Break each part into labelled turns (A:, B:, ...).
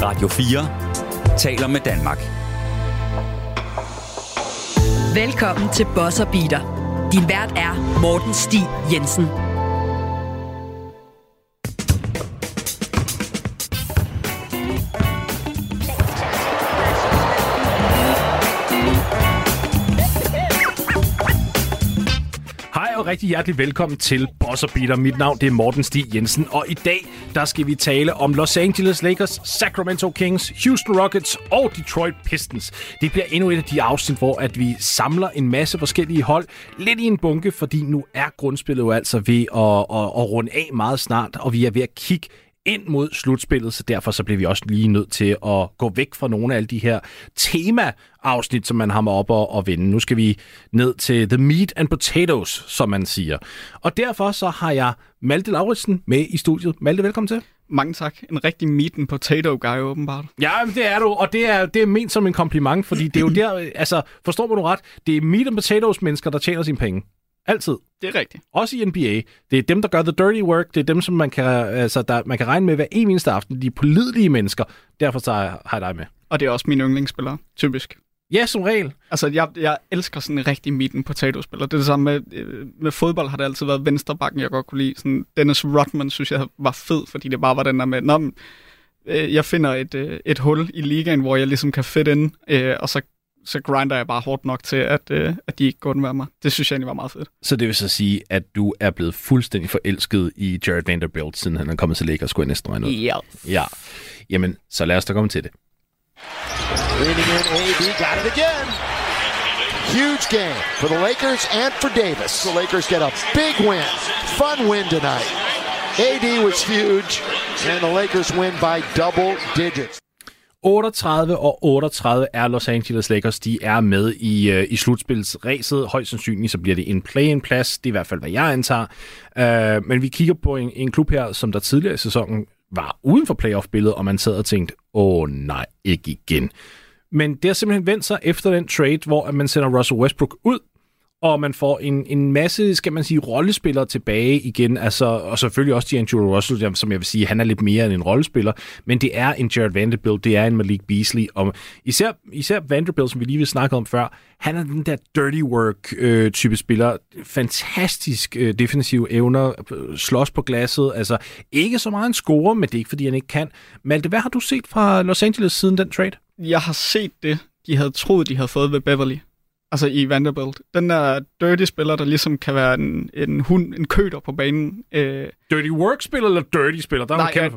A: Radio 4 taler med Danmark.
B: Velkommen til Buzzer Beater. Din vært er Morten Stig Jensen.
C: Rigtig hjertelig velkommen til Buzzer Beater. Mit navn det er Morten Stig Jensen, og i dag der skal vi tale om Los Angeles Lakers, Sacramento Kings, Houston Rockets og Detroit Pistons. Det bliver endnu et af de afsnit, hvor at vi samler en masse forskellige hold lidt i en bunke, fordi nu er grundspillet jo altså ved at runde af meget snart, og vi er ved at kigge ind mod slutspillet, så derfor så bliver vi også lige nødt til at gå væk fra nogle af alle de her tema-afsnit, som man har med op og vende. Nu skal vi ned til the meat and potatoes, som man siger. Og derfor så har jeg Malte Lauritsen med i studiet. Malte, velkommen til.
D: Mange tak. En rigtig meat and potato guy, åbenbart.
C: Ja, det er du, og det er ment som en kompliment, fordi det er jo der, altså forstår man nu ret, det er meat and potatoes mennesker, der tjener sine penge. Altid.
D: Det er rigtigt.
C: Også i NBA. Det er dem, der gør the dirty work. Det er dem, som man kan regne med hver eneste aften. De er pålidelige mennesker. Derfor så har jeg dig med.
D: Og det er også mine yndlingsspillere, typisk.
C: Ja, som regel.
D: Altså, jeg elsker sådan en rigtig meat and potato-spiller. Det er det samme med fodbold, har det altid været venstrebacken, jeg godt kunne lide. Sådan Dennis Rodman, synes jeg, var fed, fordi det bare var den der med, jeg finder et hul i ligaen, hvor jeg ligesom kan fit ind, og så grinder jeg bare hårdt nok til, at de ikke går den med mig. Det synes jeg egentlig var meget fedt.
C: Så det vil så sige, at du er blevet fuldstændig forelsket i Jared Vanderbilt, siden han er kommet til Lakers, skulle jeg næsten regne ud.
D: Ja.
C: Ja. Jamen, så lad os da komme til det.
E: Leaning in, AD got it again. Huge game for the Lakers and for Davis. The Lakers get a big win. Fun win tonight. AD was huge, and the Lakers win by double digits.
C: 38 er Los Angeles Lakers. De er med i slutspilsræset. Højst sandsynligt så bliver det en play-in-plads. Det er i hvert fald, hvad jeg antager. Men vi kigger på en klub her, som der tidligere i sæsonen var uden for playoff-billedet, og man sad og tænkte, nej, ikke igen. Men det har simpelthen vendt sig efter den trade, hvor man sender Russell Westbrook ud, og man får en masse, skal man sige, rollespillere tilbage igen, altså, og selvfølgelig også D'Angelo Russell, som jeg vil sige, han er lidt mere end en rollespiller, men det er en Jared Vanderbilt, det er en Malik Beasley, og især Vanderbilt, som vi lige vil snakke om før, han er den der dirty work-type spiller, fantastisk defensive evner, slås på glasset, altså ikke så meget en scorer, men det er ikke, fordi han ikke kan. Malte, hvad har du set fra Los Angeles siden den trade?
D: Jeg har set det, de havde troet, de havde fået ved Beverly. Altså i Vanderbilt. Den der dirty spiller, der ligesom kan være en hund, en køter på banen.
C: Dirty work-spiller eller dirty spiller?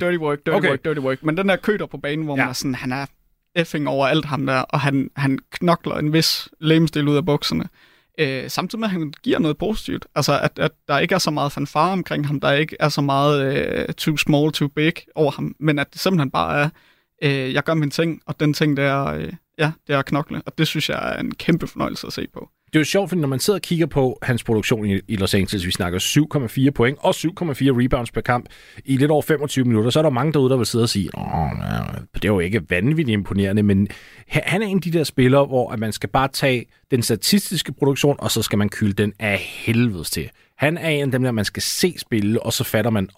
D: Dirty work. Men den der køter på banen, hvor man er sådan, han er effing over alt ham der, og han knokler en vis lemstil ud af bukserne. Samtidig med, at han giver noget positivt. Altså, at der ikke er så meget fanfare omkring ham, der ikke er så meget too small, too big over ham, men at det simpelthen bare er, jeg gør min ting, og den ting, der det er at knokle, og det synes jeg er en kæmpe fornøjelse at se på.
C: Det er jo sjovt, fordi når man sidder og kigger på hans produktion i Los Angeles, vi snakker 7,4 point og 7,4 rebounds per kamp i lidt over 25 minutter, så er der mange derude, der vil sidde og sige, det er jo ikke vanvittigt imponerende, men han er en af de der spillere, hvor at man skal bare tage den statistiske produktion, og så skal man kylde den af helvedes til. Han er en af dem, der man skal se spille, og så fatter man,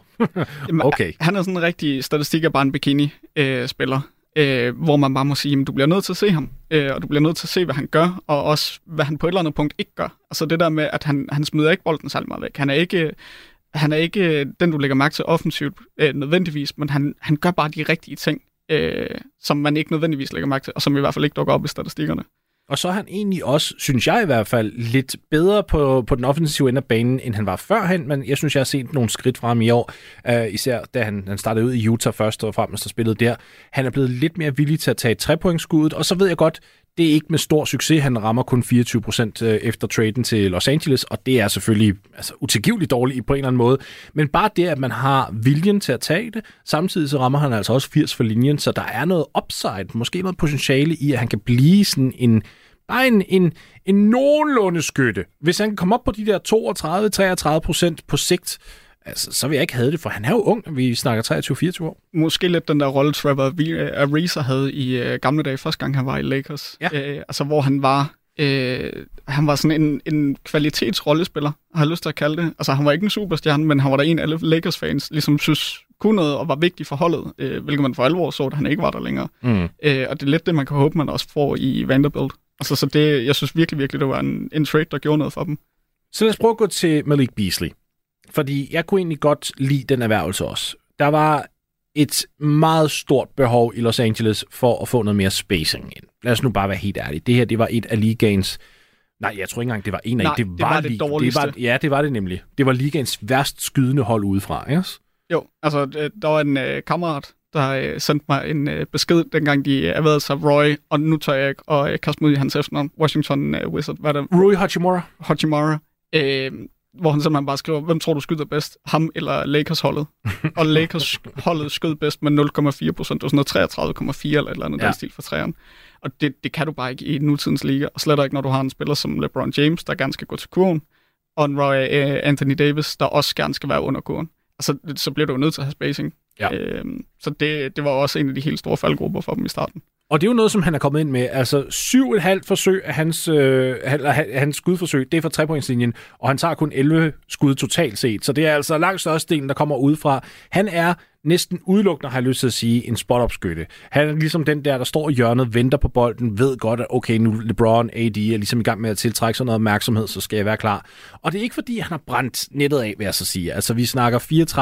C: okay.
D: Han er sådan en rigtig statistik af bare en bikini-spiller. Hvor man bare må sige, at du bliver nødt til at se ham, og du bliver nødt til at se, hvad han gør, og også, hvad han på et eller andet punkt ikke gør. Altså det der med, at han smider ikke bolden særlig meget væk. Han er ikke den, du lægger mærke til offensivt nødvendigvis, men han gør bare de rigtige ting, som man ikke nødvendigvis lægger mærke til, og som i hvert fald ikke dukker op i statistikkerne. Og
C: så er han egentlig også, synes jeg i hvert fald, lidt bedre på den offensive ende af banen, end han var førhen, men jeg synes, jeg har set nogle skridt fra ham i år, især da han startede ud i Utah først og fremmest og spillede der. Han er blevet lidt mere villig til at tage 3-pointskuddet, og så ved jeg godt, det er ikke med stor succes. Han rammer kun 24% efter traden til Los Angeles, og det er selvfølgelig utilgiveligt dårligt på en eller anden måde. Men bare det, at man har viljen til at tage det, samtidig så rammer han altså også 80 for linjen, så der er noget upside, måske noget potentiale i, at han kan blive sådan en nogenlunde skytte. Hvis han kan komme op på de der 32-33% på sigt, altså, så vil jeg ikke have det, for han er jo ung, vi snakker 23-24 år.
D: Måske lidt den der rolle, Trevor Ariza havde i gamle dage, første gang han var i Lakers. Ja. Altså, hvor han var sådan en kvalitetsrollespiller, har jeg lyst til at kalde det. Altså, han var ikke en superstjerne, men han var der en, alle Lakers-fans ligesom synes kunne noget og var vigtig for holdet, hvilket man for alvor så, at han ikke var der længere. Og det er lidt det, man kan håbe, man også får i Vanderbilt. Altså, så det, jeg synes virkelig, det var en trade, der gjorde noget for dem.
C: Så lad os prøve at gå til Malik Beasley. Fordi jeg kunne egentlig godt lide den erhvervelse også. Der var et meget stort behov i Los Angeles for at få noget mere spacing ind. Lad os nu bare være helt ærlige. Det her, det var et af ligaens... Nej, jeg tror ikke engang, det var en af...
D: Nej, det var det dårligste.
C: Det var det nemlig. Det var ligaens værst skydende hold udefra, ikke?
D: Jo, altså, der var en kammerat, der sendte mig en besked, dengang de erhvervede sig Roy, og nu tager jeg ikke og kaste mig ud i hans efternavn, Washington Wizard. Hvad er det?
C: Rui Hachimura.
D: Hvor han simpelthen bare skriver, hvem tror du skyder bedst? Ham eller Lakers-holdet? Og Lakers-holdet skød bedst med 0,4%, og sådan noget 33,4 eller et eller andet den stil for træerne. Og det kan du bare ikke i nutidens liga, og slet ikke, når du har en spiller som LeBron James, der gerne skal gå til kurven, og en Anthony Davis, der også gerne skal være under kurven. Altså, så bliver du jo nødt til at have spacing.
C: Ja.
D: Så det var også en af de helt store faldgrupper for dem i starten.
C: Og det er jo noget, som han er kommet ind med. Altså 7,5 forsøg af hans skudforsøg, det er fra 3-pointslinjen, og han tager kun 11 skud totalt set. Så det er altså langt størstedelen, der kommer udefra. Han er næsten udelukkende, har jeg lyst til at sige, en spot-up-skytte. Han er ligesom den der står i hjørnet, venter på bolden, ved godt, at okay, nu LeBron, AD er ligesom i gang med at tiltrække sådan noget opmærksomhed, så skal jeg være klar. Og det er ikke fordi, han har brændt nettet af, vil jeg så sige. Altså vi snakker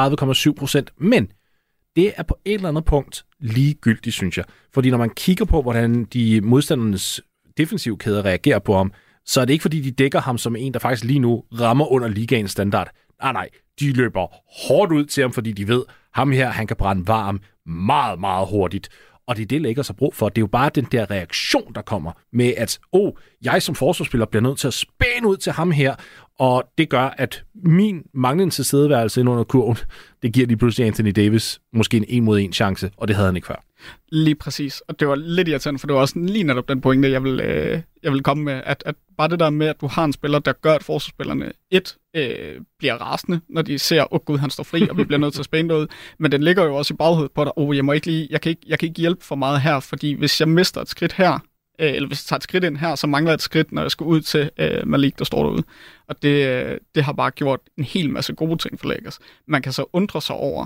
C: 34,7%, men det er på et eller andet punkt ligegyldigt, synes jeg. Fordi når man kigger på, hvordan de modstandernes defensive kæder reagerer på ham, så er det ikke fordi, de dækker ham som en, der faktisk lige nu rammer under ligaens standard. Nej, de løber hårdt ud til ham, fordi de ved, ham her, han kan brænde varm meget, meget hurtigt. Og det er det, Lakers har brug for. Det er jo bare den der reaktion, der kommer med, at jeg som forsvarsspiller bliver nødt til at spænde ud til ham her, og det gør, at min manglende tilstedeværelse ind under kurven, det giver lige pludselig Anthony Davis måske en 1-mod-1 chance, og det havde han ikke før.
D: Lige præcis, og det var lidt irriterende, for det var også lige netop den pointe, jeg vil komme med, at bare det der med, at du har en spiller, der gør, at forsvarsspillerne bliver rasende, når de ser, gud, han står fri, og vi bliver nødt til at spænde ud, men den ligger jo også i baghovedet på dig, jeg kan ikke hjælpe for meget her, fordi hvis jeg mister et skridt her, eller hvis jeg tager et skridt ind her, så mangler jeg et skridt, når jeg skal ud til Malik, der står derude. Og det har bare gjort en hel masse gode ting for Lakers. Man kan så undre sig over,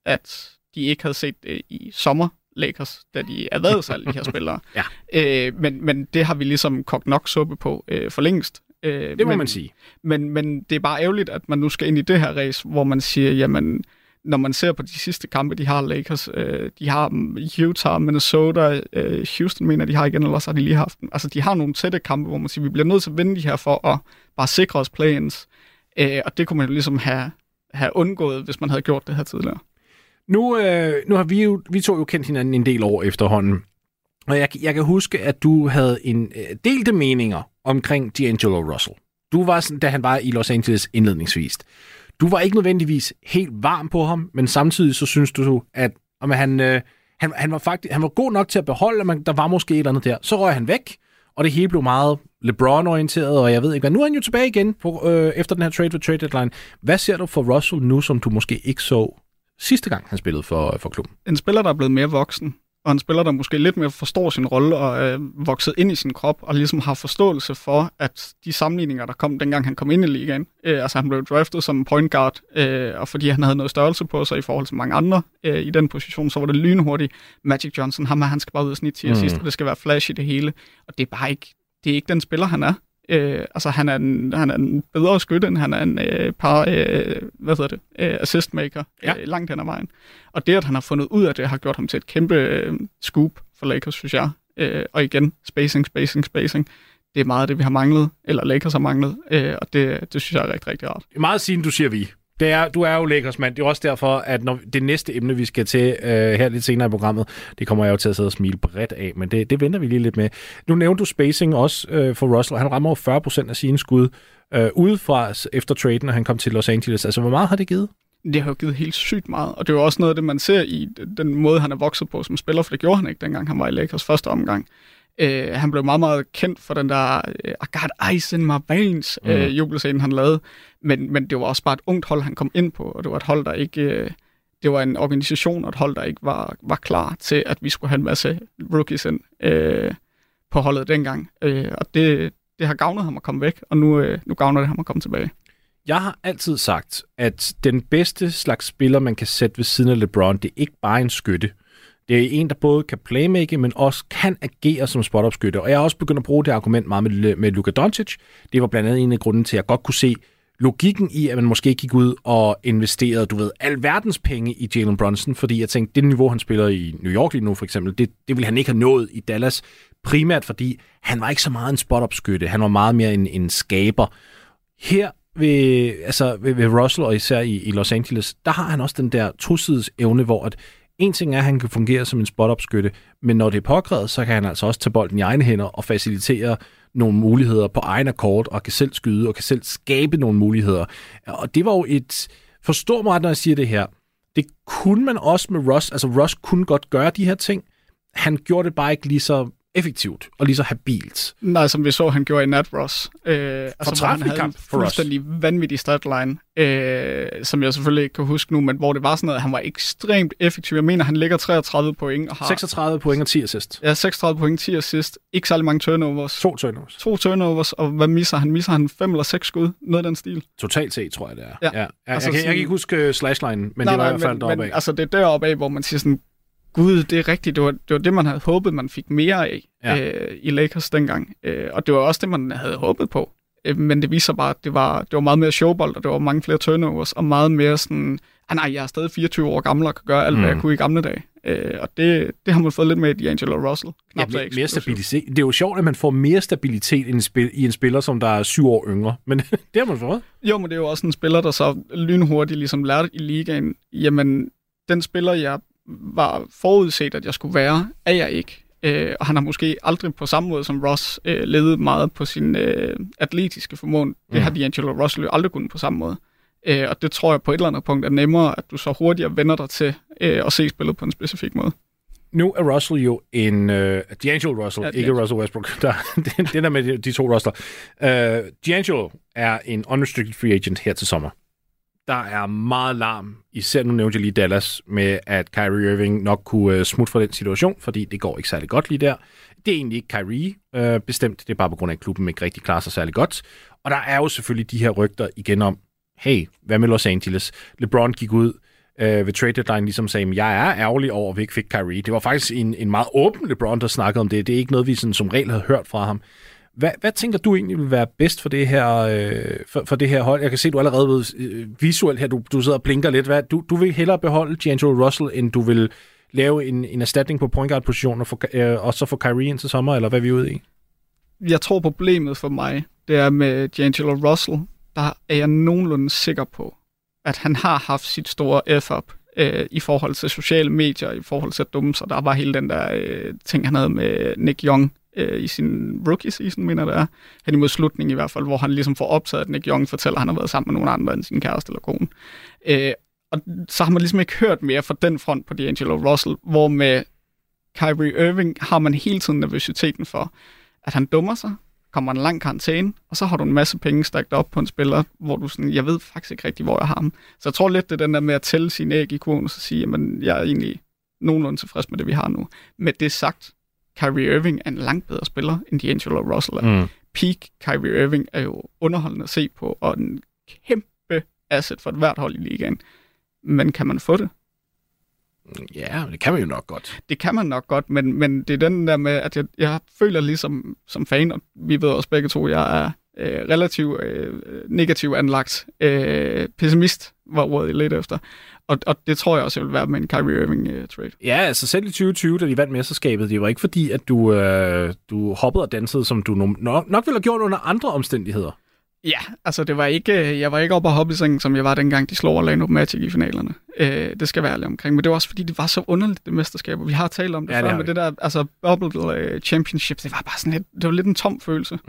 D: at de ikke havde set det i sommer, Lakers, da de erhvervede sig alle de her spillere. Ja. Men det har vi ligesom kogt nok suppe på for længst.
C: Det må man sige.
D: Men det er bare ærgerligt, at man nu skal ind i det her race, hvor man siger, jamen, når man ser på de sidste kampe, de har Lakers, de har Utah, Minnesota, Houston mener, de har igen, eller så har de lige haft dem. Altså, de har nogle tætte kampe, hvor man siger, vi bliver nødt til at vinde de her for at bare sikre os play-ins. Og det kunne man jo ligesom have undgået, hvis man havde gjort det her tidligere. Nu har vi to jo kendt hinanden en del år efterhånden, og jeg kan huske, at du havde en delte meninger omkring D'Angelo Russell. Du var sådan, da han var i Los Angeles indledningsvis. Du var ikke nødvendigvis helt varm på ham, men samtidig så synes du, at han var god nok til at beholde, men der var måske et eller andet der. Så røg han væk, og det hele blev meget LeBron-orienteret, og jeg ved ikke hvad. Nu er han jo tilbage igen efter den her trade deadline. Hvad ser du for Russell nu, som du måske ikke så sidste gang, han spillede for klubben? En spiller, der er blevet mere voksen, og en spiller, der måske lidt mere forstår sin rolle og er vokset ind i sin krop, og ligesom har forståelse for, at de sammenligninger, der kom, dengang han kom ind i ligaen, altså han blev draftet som point guard, og fordi han havde noget størrelse på sig i forhold til mange andre i den position, så var det lynhurtigt. Magic Johnson, han skal bare ud og snit 10 assist, og det skal være flash i det hele, og det er bare ikke den spiller, han er. Altså han er en bedre skytte, end han er en assist-maker langt hen ad vejen. Og det, at han har fundet ud af det, har gjort ham til et kæmpe scoop for Lakers, synes jeg. Og igen, spacing. Det er meget af det, vi har manglet, eller Lakers har manglet, og det synes jeg er rigtig, rigtig rart.
C: Det er meget sigende, du siger vi. Du er jo Lakers mand. Det er også derfor, at når det næste emne, vi skal til her lidt senere i programmet, det kommer jeg jo til at sidde og smile bredt af, men det venter vi lige lidt med. Nu nævnte du spacing også for Russell. Han rammer jo 40% af sine skud udefra efter traden, når han kom til Los Angeles. Altså, hvor meget har det givet?
D: Det har jo givet helt sygt meget, og det er jo også noget af det, man ser i den måde, han er vokset på som spiller, for det gjorde han ikke, dengang han var i Lakers første omgang. Han blev meget, meget kendt for den der I got ice in my veins jubelscene, han lavede. Men det var også bare et ungt hold, han kom ind på, og det var et hold, der ikke... det var en organisation og et hold, der ikke var klar til, at vi skulle have en masse rookies ind på holdet dengang. Og det har gavnet ham at komme væk, og nu gavner det ham at komme tilbage.
C: Jeg har altid sagt, at den bedste slags spiller, man kan sætte ved siden af LeBron, det er ikke bare en skytte. Det er en, der både kan playmake, men også kan agere som spot-up-skytte. Og jeg har også begyndt at bruge det argument meget med Luka Doncic. Det var blandt andet en af grunden til, at jeg godt kunne se logikken i, at man måske gik ud og investerede, alverdens penge i Jalen Brunson, fordi jeg tænkte, det niveau, han spiller i New York lige nu, for eksempel, det ville han ikke have nået i Dallas, primært fordi han var ikke så meget en spot-up-skytte. Han var meget mere en skaber. Her ved Russell, og især i Los Angeles, der har han også den der tosides evne, hvor at en ting er, at han kan fungere som en spot-up-skytte, men når det er påkrævet, så kan han altså også tage bolden i egne hænder og facilitere nogle muligheder på egen akkord, og kan selv skyde, og kan selv skabe nogle muligheder. Og det var jo forstår mig, når jeg siger det her, det kunne man også med Russ. Altså Russ kunne godt gøre de her ting. Han gjorde det bare ikke lige så effektivt og lige så habilt.
D: Nej, som vi så, han gjorde i Nat Ross. Altså, han havde en fuldstændig vanvittig statline, som jeg selvfølgelig ikke kan huske nu, men hvor det var sådan noget, han var ekstremt effektiv. Jeg mener, han ligger 33 point og har
C: 36 point og 10 assist.
D: Ja, 36 point, 10 assist. Ikke særlig mange turnovers.
C: 2 turnovers.
D: Og hvad misser han? Misser han 5 eller 6 skud? Noget af den stil.
C: Totalt set, tror jeg, det er.
D: Ja.
C: Altså, jeg kan ikke huske slashline, men det var i hvert fald deroppe af.
D: Altså, det er deroppe af, hvor man siger sådan, gud, det er rigtigt. Det var det, man havde håbet, man fik mere af i Lakers dengang. Og det var også det, man havde håbet på. Men det viser bare, at det var meget mere showbold, og det var mange flere turnovers, og meget mere sådan, nej, jeg er stadig 24 år gammel og kan gøre alt, hvad jeg kunne i gamle dage. Og det har man fået lidt med i D'Angelo Russell.
C: Mere stabilitet. Det er jo sjovt, at man får mere stabilitet i en spiller, som der er 7 år yngre. Men det har man fået.
D: Jo, men det er jo også en spiller, der så lynhurtigt ligesom lærte i ligaen, jamen, den spiller, jeg var forudset, at jeg skulle være, er jeg ikke. Og han har måske aldrig på samme måde som Ross ledet meget på sin atletiske formåen. Det har D'Angelo Russell jo aldrig kunnet på samme måde. Og det tror jeg på et eller andet punkt er nemmere, at du så hurtigere vender dig til at se spillet på en specifik måde.
C: Nu er Russell jo en D'Angelo Russell, ikke Russell Westbrook. Det der med de to Russell. D'Angelo er en unrestricted free agent her til sommer. Der er meget larm, især nu nævnte jeg lige Dallas, med at Kyrie Irving nok kunne smutte fra den situation, fordi det går ikke særlig godt lige der. Det er egentlig ikke Kyrie bestemt, det er bare på grund af, at klubben ikke rigtig klarer sig særlig godt. Og der er jo selvfølgelig de her rygter igen om, hey, hvad med Los Angeles? LeBron gik ud ved trade deadline ligesom sagde, jeg er ærgerlig over, at vi ikke fik Kyrie. Det var faktisk en meget åben LeBron, der snakkede om det. Det er ikke noget, vi sådan, som regel havde hørt fra ham. Hvad tænker du egentlig vil være bedst for det her, for det her hold? Jeg kan se, du allerede visuelt her, du sidder og blinker lidt. Du vil hellere beholde D'Angelo Russell, end du vil lave en erstatning på point guard-positionen og så få Kyrie ind til sommer, eller hvad er vi ude i? Jeg
D: tror, problemet for mig, det er med D'Angelo Russell, der er jeg nogenlunde sikker på, at han har haft sit store F-up i forhold til sociale medier, i forhold til at dumme sig. Der var hele den der ting, han havde med Nick Young, i sin rookie-season, mener det er. Han imod slutningen i hvert fald, hvor han ligesom får optaget, at Nick Young fortæller, at han har været sammen med nogle andre end sin kæreste eller kone. Og så har man ligesom ikke hørt mere fra den front på D'Angelo Russell, hvor med Kyrie Irving har man hele tiden nervøsiteten for, at han dummer sig, kommer en lang karantæne, og så har du en masse penge stakket op på en spiller, hvor du sådan, jeg ved faktisk ikke rigtig, hvor jeg har ham. Så jeg tror lidt, det er den der med at tælle sine æg i kurven, og så sige, jamen, jeg er egentlig nogenlunde tilfreds med det, vi har nu. Med det sagt, Kyrie Irving er en langt bedre spiller, end D'Angelo Russell er. Peak Kyrie Irving er jo underholdende at se på, og en kæmpe asset for et hvert hold i ligaen. Men kan man få det?
C: Ja, det kan man jo nok godt.
D: Det kan man nok godt, men det er den der med, at jeg føler ligesom som fan, og vi ved også begge to, jeg er relativt negativ anlagt. Pessimist var ordet lidt efter. Og det tror jeg også, jeg vil være med en Kyrie Irving-trade.
C: Ja, altså selv i 2020, da de vandt mesterskabet, det var ikke fordi, at du hoppede og dansede, som du nok ville have gjort under andre omstændigheder.
D: Ja, altså det var ikke, jeg var ikke oppe og hoppe i sengen, som jeg var dengang, de slog Orlando Magic i finalerne. Det skal være ærlig omkring. Men det var også fordi, det var så underligt, det mesterskab. Vi har talt om det før, med det der altså bubble championship. Det var bare sådan lidt, det var lidt en tom følelse.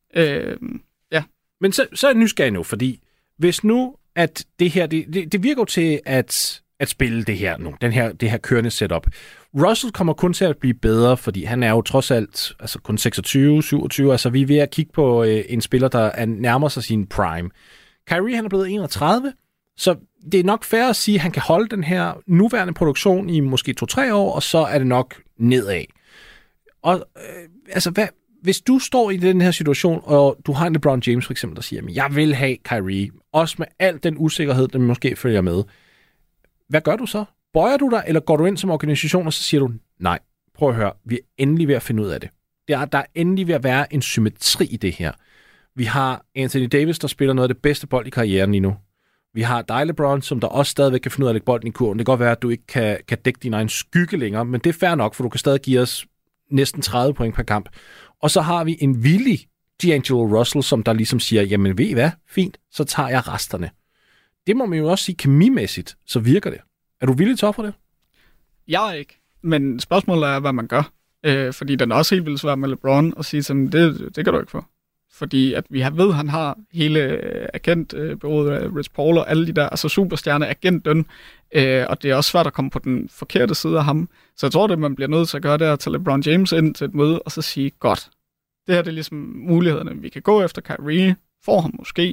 D: Ja.
C: Men så er jeg nysgerrig nu, fordi hvis nu, at det her, det virker jo til at spille det her nu, det her kørende setup. Russell kommer kun til at blive bedre, fordi han er jo trods alt altså kun 26, 27, altså vi er ved at kigge på en spiller, der nærmer sig sin prime. Kyrie, han er blevet 31, så det er nok fair at sige, at han kan holde den her nuværende produktion i måske 2-3 år, og så er det nok nedad. Og altså, hvis du står i den her situation, og du har en LeBron James for eksempel, der siger, at jeg vil have Kyrie, også med al den usikkerhed, der måske følger med. Hvad gør du så? Bøjer du dig, eller går du ind som organisation, og så siger du, nej, prøv at høre, vi er endelig ved at finde ud af det. Der er endelig ved at være en symmetri i det her. Vi har Anthony Davis, der spiller noget af det bedste bold i karrieren lige nu. Vi har dig, LeBron, som der også stadigvæk kan finde ud af at lægge bolden i kurven. Det kan godt være, at du ikke kan dække din egen skygge længere, men det er fair nok, for du kan stadig give os næsten 30 point per kamp. Og så har vi en villig D'Angelo Russell, som der ligesom siger, jamen ved I hvad? Fint, så tager jeg resterne. Det må man jo også sige kemimæssigt, så virker det. Er du villig til at ofre det?
D: Jeg er ikke, men spørgsmålet er, hvad man gør. Fordi den er også helt vildt svært med LeBron at sige, sådan, det kan du ikke få. Fordi at vi ved, at han har hele agentbureauet af Rich Paul og alle de der altså superstjerne agentdøn, og det er også svært at komme på den forkerte side af ham. Så jeg tror, det man bliver nødt til at gøre, det er at tage LeBron James ind til et møde, og så sige, godt, det her det er ligesom mulighederne. Vi kan gå efter Kyrie, får ham måske.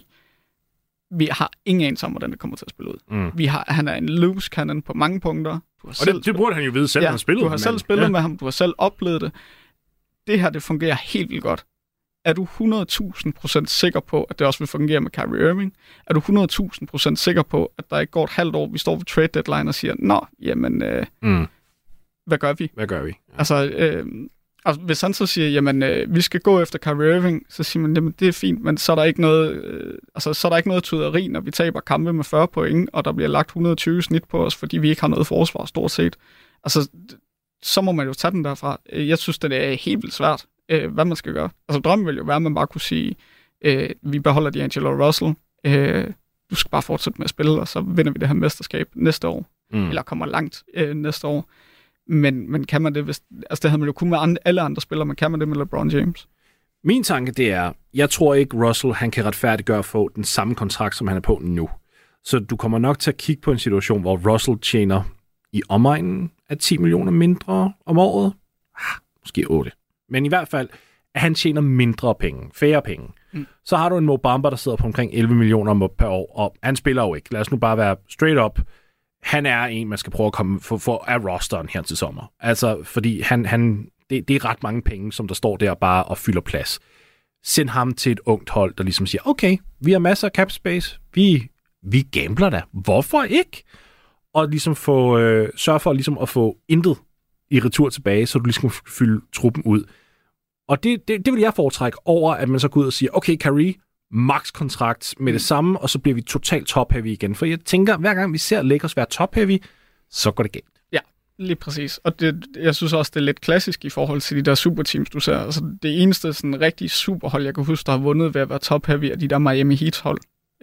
D: Vi har ingen anelse om, hvordan det kommer til at spille ud. Han er en loose cannon på mange punkter.
C: Og det burde han jo vide selv,
D: ja,
C: han spillet.
D: Du har selv spillet med ham, du har selv oplevet det. Det her, det fungerer helt vildt godt. Er du 100.000% sikker på, at det også vil fungere med Kyrie Irving? Er du 100.000% sikker på, at der ikke går et halvt år, vi står ved trade deadline og siger, nå, jamen, hvad gør vi?
C: Hvad gør vi? Ja.
D: Altså, hvis han så siger, jamen, vi skal gå efter Kyrie Irving, så siger man, jamen, det er fint, men så er der ikke noget, så er der ikke noget tuderi, når vi taber kampe med 40 point, og der bliver lagt 120 snit på os, fordi vi ikke har noget forsvar, stort set. Altså, så må man jo tage den derfra. Jeg synes, det er helt vildt svært, hvad man skal gøre. Altså, drømmen vil jo være, at man bare kunne sige, vi beholder D'Angelo Russell, du skal bare fortsætte med at spille, og så vinder vi det her mesterskab næste år, eller kommer langt næste år. Men kan man det, hvis... Altså, det havde man jo kun med alle andre spillere, men kan man det med LeBron James?
C: Min tanke, det er, jeg tror ikke, Russell, han kan retfærdiggøre at få den samme kontrakt, som han er på nu. Så du kommer nok til at kigge på en situation, hvor Russell tjener i omegnen af 10 millioner mindre om året. Måske 8. Men i hvert fald, at han tjener mindre penge, færre penge. Så har du en Mo Bamba, der sidder på omkring 11 millioner per år, og han spiller jo ikke. Lad os nu bare være straight up. Han er en, man skal prøve at komme for af rosteren her til sommer. Altså, fordi det er ret mange penge, som der står der bare og fylder plads. Send ham til et ungt hold, der ligesom siger, okay, vi har masser af cap space, vi gambler da. Hvorfor ikke? Og ligesom sørge for ligesom at få intet i retur tilbage, så du ligesom kan fylde truppen ud. Og det vil jeg foretrække over, at man så går ud og siger, okay, Kyrie, max kontrakt med det samme, og så bliver vi totalt top-heavy igen. For jeg tænker, hver gang vi ser Lakers være top-heavy, så går det galt. Ja,
D: lige præcis. Og jeg synes også, det er lidt klassisk i forhold til de der superteams, du ser. Altså, det eneste sådan rigtig superhold, jeg kan huske, der har vundet ved at være top-heavy, er de der Miami Heat-hold.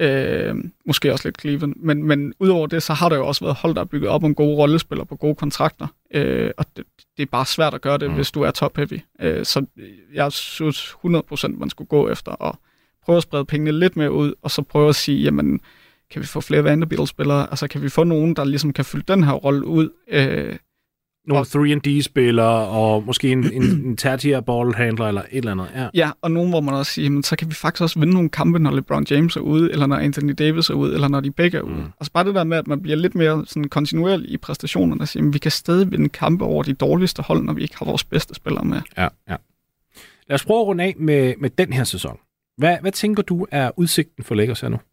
D: Måske også lidt Cleveland. Men udover det, så har der jo også været hold, der er bygget op om gode rollespillere på gode kontrakter. Og det er bare svært at gøre det, hvis du er top-heavy. Så jeg synes 100% man skulle gå efter og prøve at sprede pengene lidt mere ud, og så prøve at sige, jamen, kan vi få flere Vanderbilt-spillere? Altså, kan vi få nogen, der ligesom kan fylde den her rolle ud?
C: Nogle 3&D-spillere, og måske en tertiær ballhandler, eller et eller andet.
D: Ja, og nogen, hvor man også siger, jamen, så kan vi faktisk også vinde nogle kampe, når LeBron James er ude, eller når Anthony Davis er ude, eller når de begge er ude. Altså bare det der med, at man bliver lidt mere sådan kontinuerlig i præstationerne, og siger, jamen, vi kan stadig vinde kampe over de dårligste hold, når vi ikke har vores bedste spillere med.
C: Ja. Lad os prøve at runde af med den her sæson. Hvad tænker du er udsigten for Lakers her nu?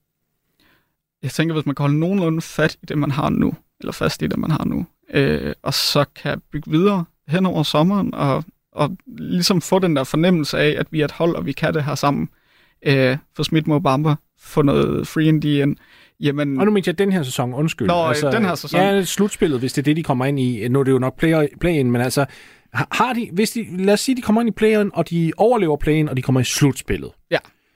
D: Jeg tænker, hvis man kan holde nogenlunde fat i det, man har nu, eller fast i det, man har nu, og så kan bygge videre hen over sommeren, og ligesom få den der fornemmelse af, at vi er et hold, og vi kan det her sammen. Få smidt Mo Bamba, få noget free and D ind. Jamen...
C: Og nu mener jeg den her sæson, undskyld.
D: Nå, altså, den her sæson.
C: Ja, slutspillet, hvis det er det, de kommer ind i. Nu er det jo nok play-in, men altså, har de, lad os sige, de kommer ind i play-in, og de overlever play-in, og de kommer i slutspillet.
D: Ja.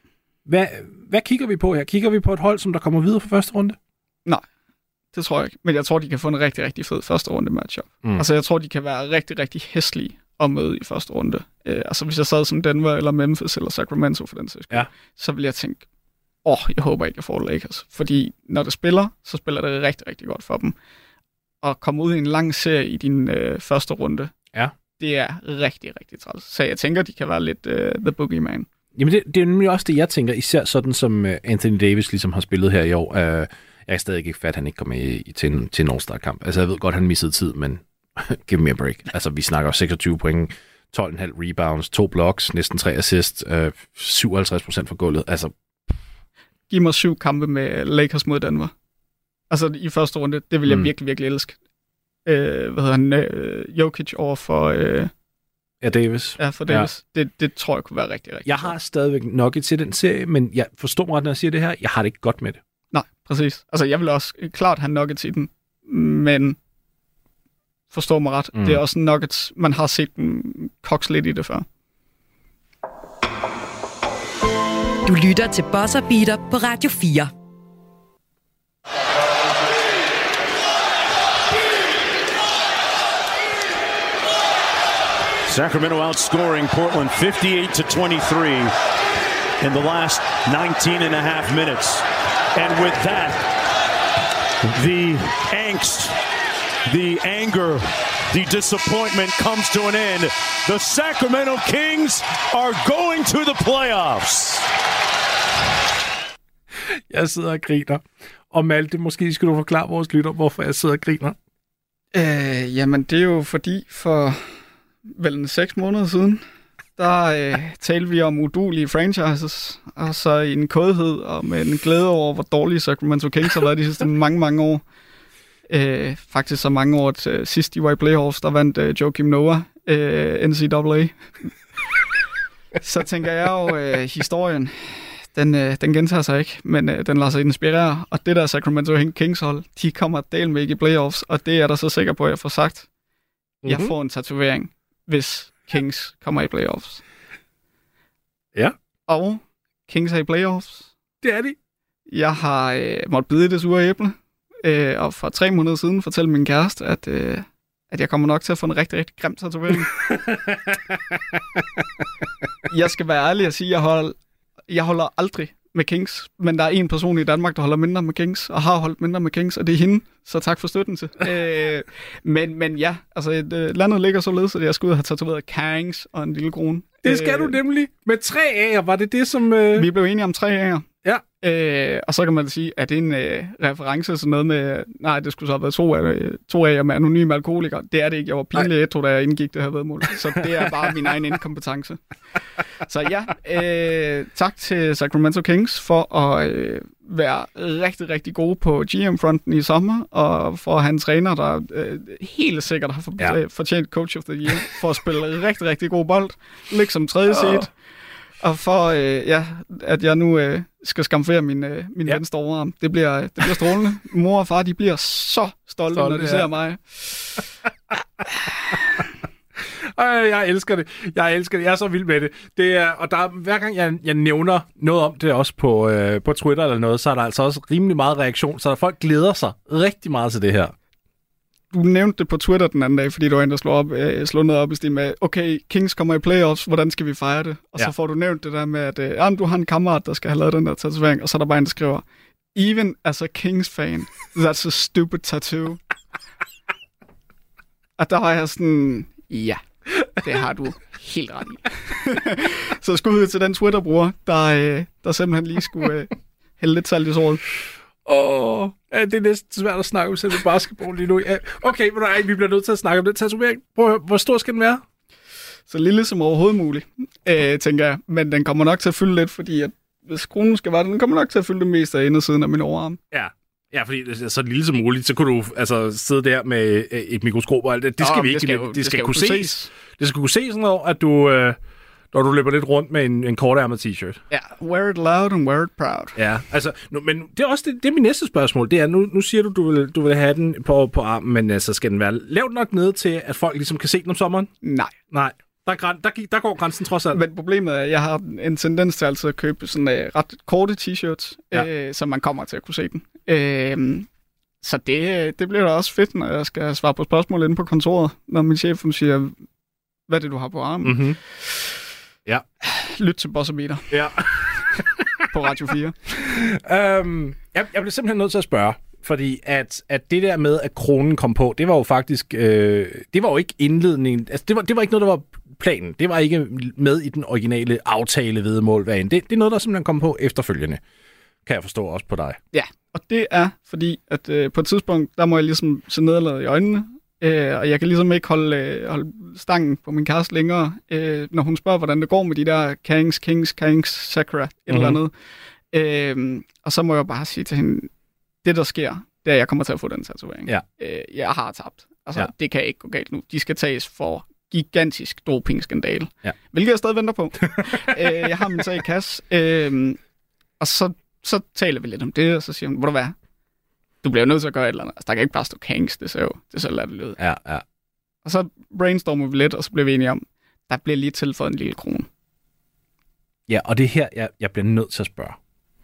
C: Hvad kigger vi på her? Kigger vi på et hold, som der kommer videre på første runde?
D: Nej, det tror jeg ikke. Men jeg tror, de kan få en rigtig, rigtig fed første runde matchup. Altså, jeg tror, de kan være rigtig, rigtig hæslige at møde i første runde. Altså, hvis jeg sad som Denver, eller Memphis, eller Sacramento for den sags skyld, så ville jeg tænke, jeg håber ikke, jeg får Lakers. Fordi når det spiller, så spiller det rigtig, rigtig godt for dem. At komme ud i en lang serie i din første runde, det er rigtig, rigtig træls. Så jeg tænker, de kan være lidt the boogeyman.
C: Jamen, det er nemlig også det, jeg tænker, især sådan som Anthony Davis ligesom har spillet her i år. Jeg er stadig ikke fat, at han ikke kom med til en All-Star-kamp. Altså, jeg ved godt, han missede tid, men give me a break. Altså, vi snakker 26 point, rebounds, 2 blocks, næsten 3 assists, 57% for gulvet. Altså,
D: giv mig 7 kampe med Lakers mod Denver. Altså i første runde, det vil jeg virkelig, virkelig elske. Jokic over for...
C: Davis.
D: Ja, for Davis. Ja. Det tror jeg kunne være rigtig, rigtig.
C: Jeg har stadigvæk nok til den serie, men jeg forstår mig ret, når jeg siger det her. Jeg har det ikke godt med det.
D: Nej, præcis. Altså, jeg vil også klart have Nuggets i den, men forstår mig ret. Det er også Nuggets, man har set dem koks lidt i det før.
B: Du lytter til Buzzer Beater på Radio 4.
F: Sacramento outscoring Portland 58-23 in the last 19 and a half minutes. And with that, the angst, the anger, the disappointment comes to an end. The Sacramento Kings are going to the playoffs.
C: Jeg sidder og griner. Og Malte, måske skal du forklare vores lytter, hvorfor jeg sidder og griner.
D: Jamen, det er jo fordi for vel 6 måneder siden, der talte vi om uduelige franchises, og så i en kodhed og med en glæde over, hvor dårlige Sacramento Kings har været de sidste mange år. Faktisk så mange år, at sidst de var i playoffs, der vandt Joakim Noah NCAA. Så tænker jeg jo, historien, den gentager sig ikke, men den lader sig inspirere. Og det der Sacramento Kings hold, de kommer del med ikke i playoffs, og det er der så sikker på, at jeg får sagt. Jeg får en tatovering, hvis Kings kommer i playoffs.
C: Ja.
D: Og Kings er i playoffs.
C: Det er de.
D: Jeg har måttet bide i det sure æble, og for 3 måneder siden fortalte min kæreste, at jeg kommer nok til at få en rigtig, rigtig grim tatovering. Jeg skal være ærlig og sige, at jeg holder aldrig med Kings, men der er en person i Danmark, der holder mindre med Kings, og har holdt mindre med Kings, og det er hende, så tak for støtten til. Men ja, altså landet ligger således, at jeg skal ud og have tatoveret Kings og en lille krone.
C: Det skal du nemlig. Med 3 A'er, var det som...
D: Vi blev enige om 3 A'er.
C: Ja.
D: Og så kan man sige, at det er en reference til noget med... Nej, det skulle så have været 2 A'er med anonyme alkoholikere. Det er det ikke. Jeg var pinlig etro, da jeg indgik det her vedmål. Så det er bare min egen inkompetence. Så ja, tak til Sacramento Kings for at være rigtig, rigtig gode på GM-fronten i sommer, og for at have en træner, der helt sikkert har fortjent Coach of the Year, for at spille rigtig, rigtig god bold, liksom 3. seed, og for at jeg nu skal skamfere min venstre overarm. Det bliver strålende. Mor og far, de bliver så stolte når de ser mig.
C: Jeg elsker det. Jeg er så vild med det. Det er, og der, hver gang jeg nævner noget om det også på Twitter eller noget, så er der altså også rimelig meget reaktion. Så der folk glæder sig rigtig meget til det her.
D: Du nævnte det på Twitter den anden dag, fordi du var en, der slog noget op i stil med, okay, Kings kommer i playoffs, hvordan skal vi fejre det? Og så får du nævnt det der med, at du har en kammerat, der skal have lavet den der tatovering, og så er der bare en, der skriver, even as a Kings fan, that's a stupid tattoo. Og der var jeg sådan, ja, det har du helt ret i. Så skud til den Twitter-bruger, der simpelthen lige skulle hælde lidt salt i såret.
C: Det er næsten svært at snakke om selv basketball lige nu. Okay, men vi bliver nødt til at snakke om den tatovering. Prøv at høre, hvor stor skal den være?
D: Så lille som overhovedet muligt, tænker jeg. Men den kommer nok til at fylde lidt, fordi at, hvis kronen skal være den kommer nok til at fylde det meste af indersiden af min overarm.
C: Ja, fordi det er så lille som muligt, så kunne du altså sidde der med et mikroskop og alt det. Det skal vi ikke. Det skal kunne ses. Det skal kunne ses, at når du løber lidt rundt med en kortærmet t-shirt.
D: Ja, wear it loud and wear it proud.
C: Ja, altså, men det er også det er min næste spørgsmål. Det er, nu siger du vil have den på armen, men altså, skal den være lavt nok nede til, at folk ligesom kan se den om sommeren? Nej. Der går grænsen trods alt.
D: Men problemet er, at jeg har en tendens til altid at købe sådan ret korte t-shirts, så man kommer til at kunne se den. Så det bliver da også fedt, når jeg skal svare på spørgsmål inde på kontoret, når min chef siger, hvad er det, du har på armen?
C: Mm-hmm. Ja.
D: Lyt til Buzzer Beater. Ja. På Radio 4.
C: Jeg blev simpelthen nødt til at spørge, fordi at det der med, at kronen kom på, det var jo faktisk, det var jo ikke indledningen, altså det var ikke noget, der var planen. Det var ikke med i den originale aftale vedmål. Det er noget, der simpelthen kom på efterfølgende, kan jeg forstå også på dig.
D: Ja, og det er fordi, at på et tidspunkt, der må jeg ligesom se nederlaget i øjnene, og jeg kan ligesom ikke holde stangen på min kæreste længere, når hun spørger, hvordan det går med de der Kings, Sakura, et eller andet. Og så må jeg bare sige til hende, det der sker, det er, at jeg kommer til at få den tatovering.
C: Ja.
D: Jeg har tabt. Altså, det kan ikke gå galt nu. De skal tages for gigantisk dopingskandale. Ja. Hvilket jeg stadig venter på. Jeg har min sag i kasse. Og så taler vi lidt om det, og så siger hun, hvor du hvad? Du bliver nødt til at gøre et eller andet. Altså, der kan ikke bare stå Kings, det er så latterligt ud.
C: Ja.
D: Og så brainstormer vi lidt, og så bliver vi enige om, der bliver lige tilføjet en lille krone.
C: Ja, og det er her, jeg bliver nødt til at spørge.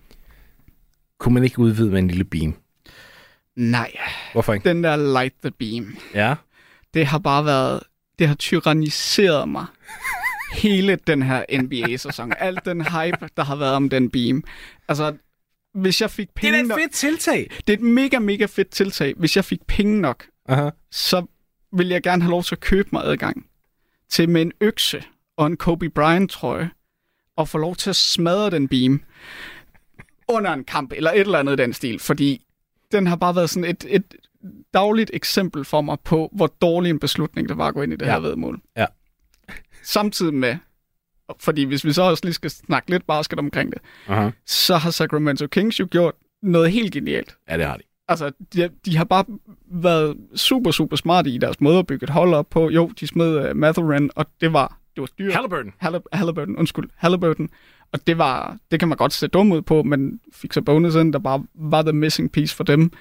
C: Kunne man ikke udvide med en lille beam?
D: Nej.
C: Hvorfor ikke?
D: Den der light the beam.
C: Ja.
D: Det har bare været, det har tyranniseret mig. Hele den her NBA-sæson. Al den hype, der har været om den beam. Altså, hvis jeg fik penge nok...
C: Det er et fedt tiltag.
D: Det er et mega, mega fedt tiltag. Hvis jeg fik penge nok, så ville jeg gerne have lov til at købe mig adgang til med en økse og en Kobe Bryant-trøje, og få lov til at smadre den beam under en kamp, eller et eller andet i den stil, fordi den har bare været sådan et dagligt eksempel for mig på, hvor dårlig en beslutning det var at gå ind i det her væddemål. Ja. Samtidig med, fordi hvis vi så også lige skal snakke lidt basket omkring det, så har Sacramento Kings jo gjort noget helt genialt.
C: Ja, det har de.
D: Altså, de har bare været super, super smarte i deres måde at bygge et hold op på. Jo, de smed Mathurin, og det var dyrt. Halliburton. Og det kan man godt se dum ud på, men fik så bonusen, der bare var the missing piece for dem.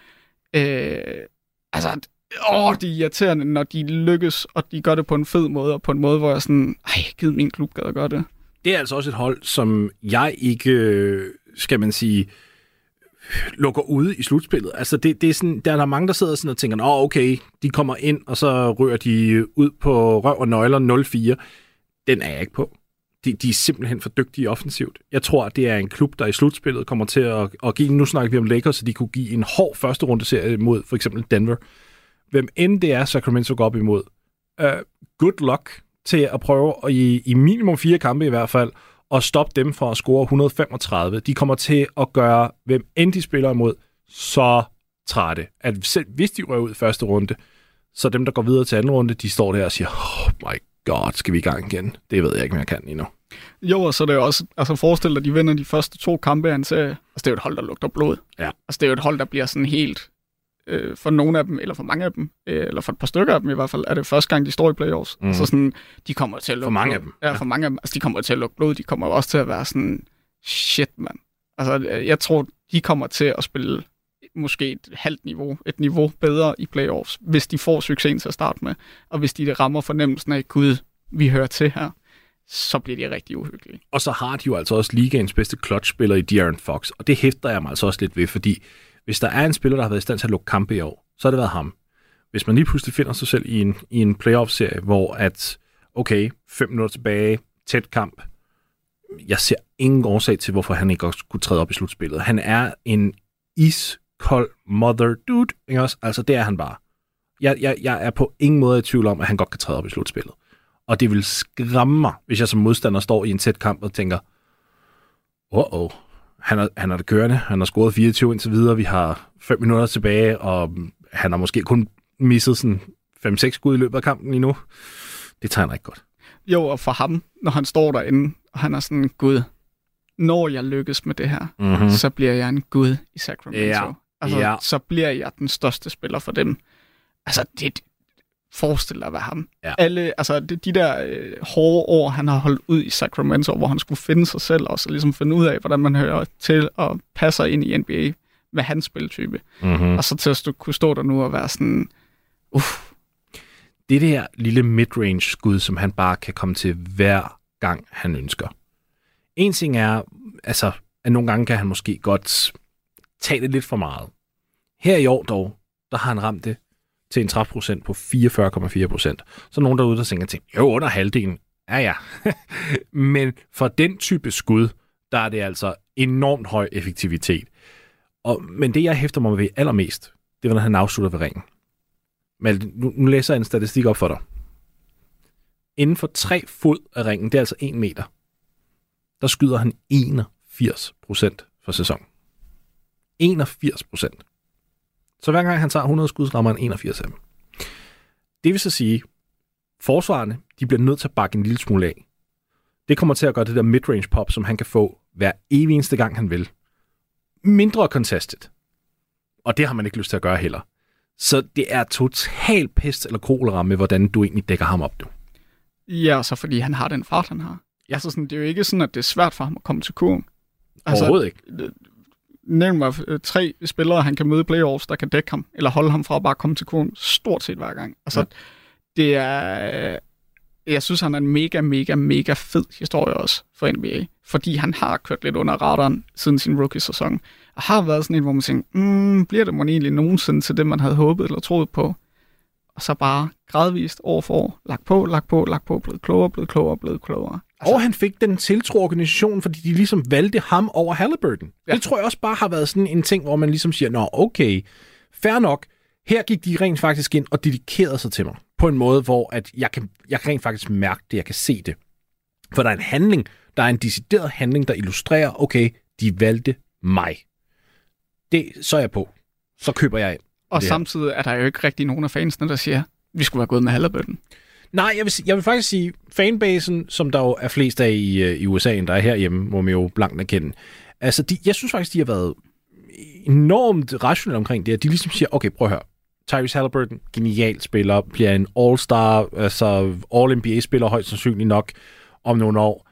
D: Altså, det er irriterende, når de lykkes, og de gør det på en fed måde, og på en måde, hvor jeg sådan, givet min klub gad at gøre det.
C: Det er altså også et hold, som jeg ikke, skal man sige, lukker ude i slutspillet. Altså, det er sådan, der er mange, der sidder sådan og tænker, okay, de kommer ind, og så rører de ud på røv og nøgler 0-4. Den er jeg ikke på. De er simpelthen for dygtige offensivt. Jeg tror, at det er en klub, der i slutspillet kommer til at give, nu snakker vi om Lakers, så de kunne give en hård første rundeserie mod for eksempel Denver. Hvem end det er, Sacramento går op imod. Good luck til at prøve i minimum 4 kampe i hvert fald, og stoppe dem fra at score 135. De kommer til at gøre, hvem end de spiller imod, så trætte. At selv hvis de rører ud i første runde, så dem, der går videre til anden runde, de står der og siger, oh my god, skal vi i gang igen? Det ved jeg ikke, om jeg kan endnu.
D: Jo, og så er det jo også, altså forestil dig, at de vinder de første 2 kampe af en serie. Altså det er jo et hold, der lugter blod. Ja. Altså det er jo et hold, der bliver sådan helt, for nogle af dem, eller for mange af dem, eller for et par stykker af dem i hvert fald, er det første gang, de står i playoffs. Altså sådan, de kommer til at lukke
C: for mange
D: blod.
C: Af dem.
D: Ja, for mange af dem. Altså de kommer til at lukke blod, de kommer også til at være sådan, shit, mand. Altså jeg tror, de kommer til at spille måske et halvt niveau, et niveau bedre i playoffs, hvis de får succesen til at starte med, og hvis de rammer fornemmelsen af, gud, vi hører til her, så bliver de rigtig uhyggelige.
C: Og så har de jo altså også ligaens bedste clutch-spiller i De'Aaron Fox, og det hæfter jeg mig altså også lidt ved, fordi hvis der er en spiller, der har været i stand til at lukke kampe i år, så har det været ham. Hvis man lige pludselig finder sig selv i en playoff-serie, hvor at, okay, 5 minutter tilbage, tæt kamp, jeg ser ingen årsag til, hvorfor han ikke også kunne træde op i slutspillet. Han er en iskold mother dude, ikke også? Altså, det er han bare. Jeg er på ingen måde i tvivl om, at han godt kan træde op i slutspillet. Og det vil skræmme mig, hvis jeg som modstander står i en tæt kamp og tænker, han er det kørende, han har scoret 24 indtil videre, vi har 5 minutter tilbage, og han har måske kun misset sådan 5-6 skud i løbet af kampen lige nu. Det tegner ikke godt.
D: Jo, og for ham, når han står derinde, og han er sådan, gud, når jeg lykkes med det her, så bliver jeg en gud i Sacramento. Så bliver jeg den største spiller for dem. Altså, det forestiller at være ham. Ja. Alle, altså de der hårde år, han har holdt ud i Sacramento, hvor han skulle finde sig selv, og så ligesom finde ud af, hvordan man hører til og passer ind i NBA med hans spiltype. Og så til at kunne stå der nu og være sådan,
C: Det der lille midrange skud, som han bare kan komme til hver gang, han ønsker. En ting er, altså, at nogle gange kan han måske godt tage det lidt for meget. Her i år dog, der har han ramt det til en træfprocent på 44,4%. Så nogen derude, der tænker til, jo, under halvdelen. Ja. Men for den type skud, der er det altså enormt høj effektivitet. Men det, jeg hæfter mig ved allermest, det var, når han afslutter ved ringen. Men nu læser jeg en statistik op for dig. Inden for 3 fod af ringen, det er altså 1 meter, der skyder han 81% for sæson. 81%. Så hver gang han tager 100 skud, så rammer han 81 af dem. Det vil så sige, forsvarerne, de bliver nødt til at bakke en lille smule af. Det kommer til at gøre det der midrange pop, som han kan få hver evig eneste gang, han vil, mindre contested. Og det har man ikke lyst til at gøre heller. Så det er total pest eller kolera med, hvordan du egentlig dækker ham op nu.
D: Ja, så fordi han har den fart, han har. Ja. Altså sådan, det er jo ikke sådan, at det er svært for ham at komme til kurven. Altså,
C: overhovedet ikke.
D: Nævn mig 3 spillere, han kan møde i playoffs, der kan dække ham, eller holde ham fra at bare komme til kurven stort set hver gang. Altså, det er... Jeg synes, han er en mega fed historie også for NBA. Fordi han har kørt lidt under radaren siden sin rookie-sæson. Og har været sådan en, hvor man tænker, bliver det måske egentlig nogensinde til det, man havde håbet eller troet på? Og så bare gradvist år for år, lagt på, blevet klogere. Altså,
C: og han fik den tiltro organisationen, fordi de ligesom valgte ham over Halliburton. Ja. Det tror jeg også bare har været sådan en ting, hvor man ligesom siger, nå okay, fair nok, her gik de rent faktisk ind og dedikerede sig til mig. På en måde, hvor at jeg kan rent faktisk mærke det, jeg kan se det. For der er en handling, der er en decideret handling, der illustrerer, okay, de valgte mig. Det, så er jeg på. Så køber jeg ind.
D: Og samtidig er der jo ikke rigtig nogen af fansene, der siger, vi skulle være gået med Halliburton.
C: Nej, jeg vil faktisk sige, fanbasen, som der jo er flest af i USA, end der er herhjemme, må man jo blankt erkende. Altså, jeg synes faktisk, de har været enormt rationelle omkring det, at de ligesom siger, okay, prøv at høre. Tyrese Halliburton, genial spiller, bliver en all-star, altså all-NBA-spiller højst sandsynligt nok om nogle år.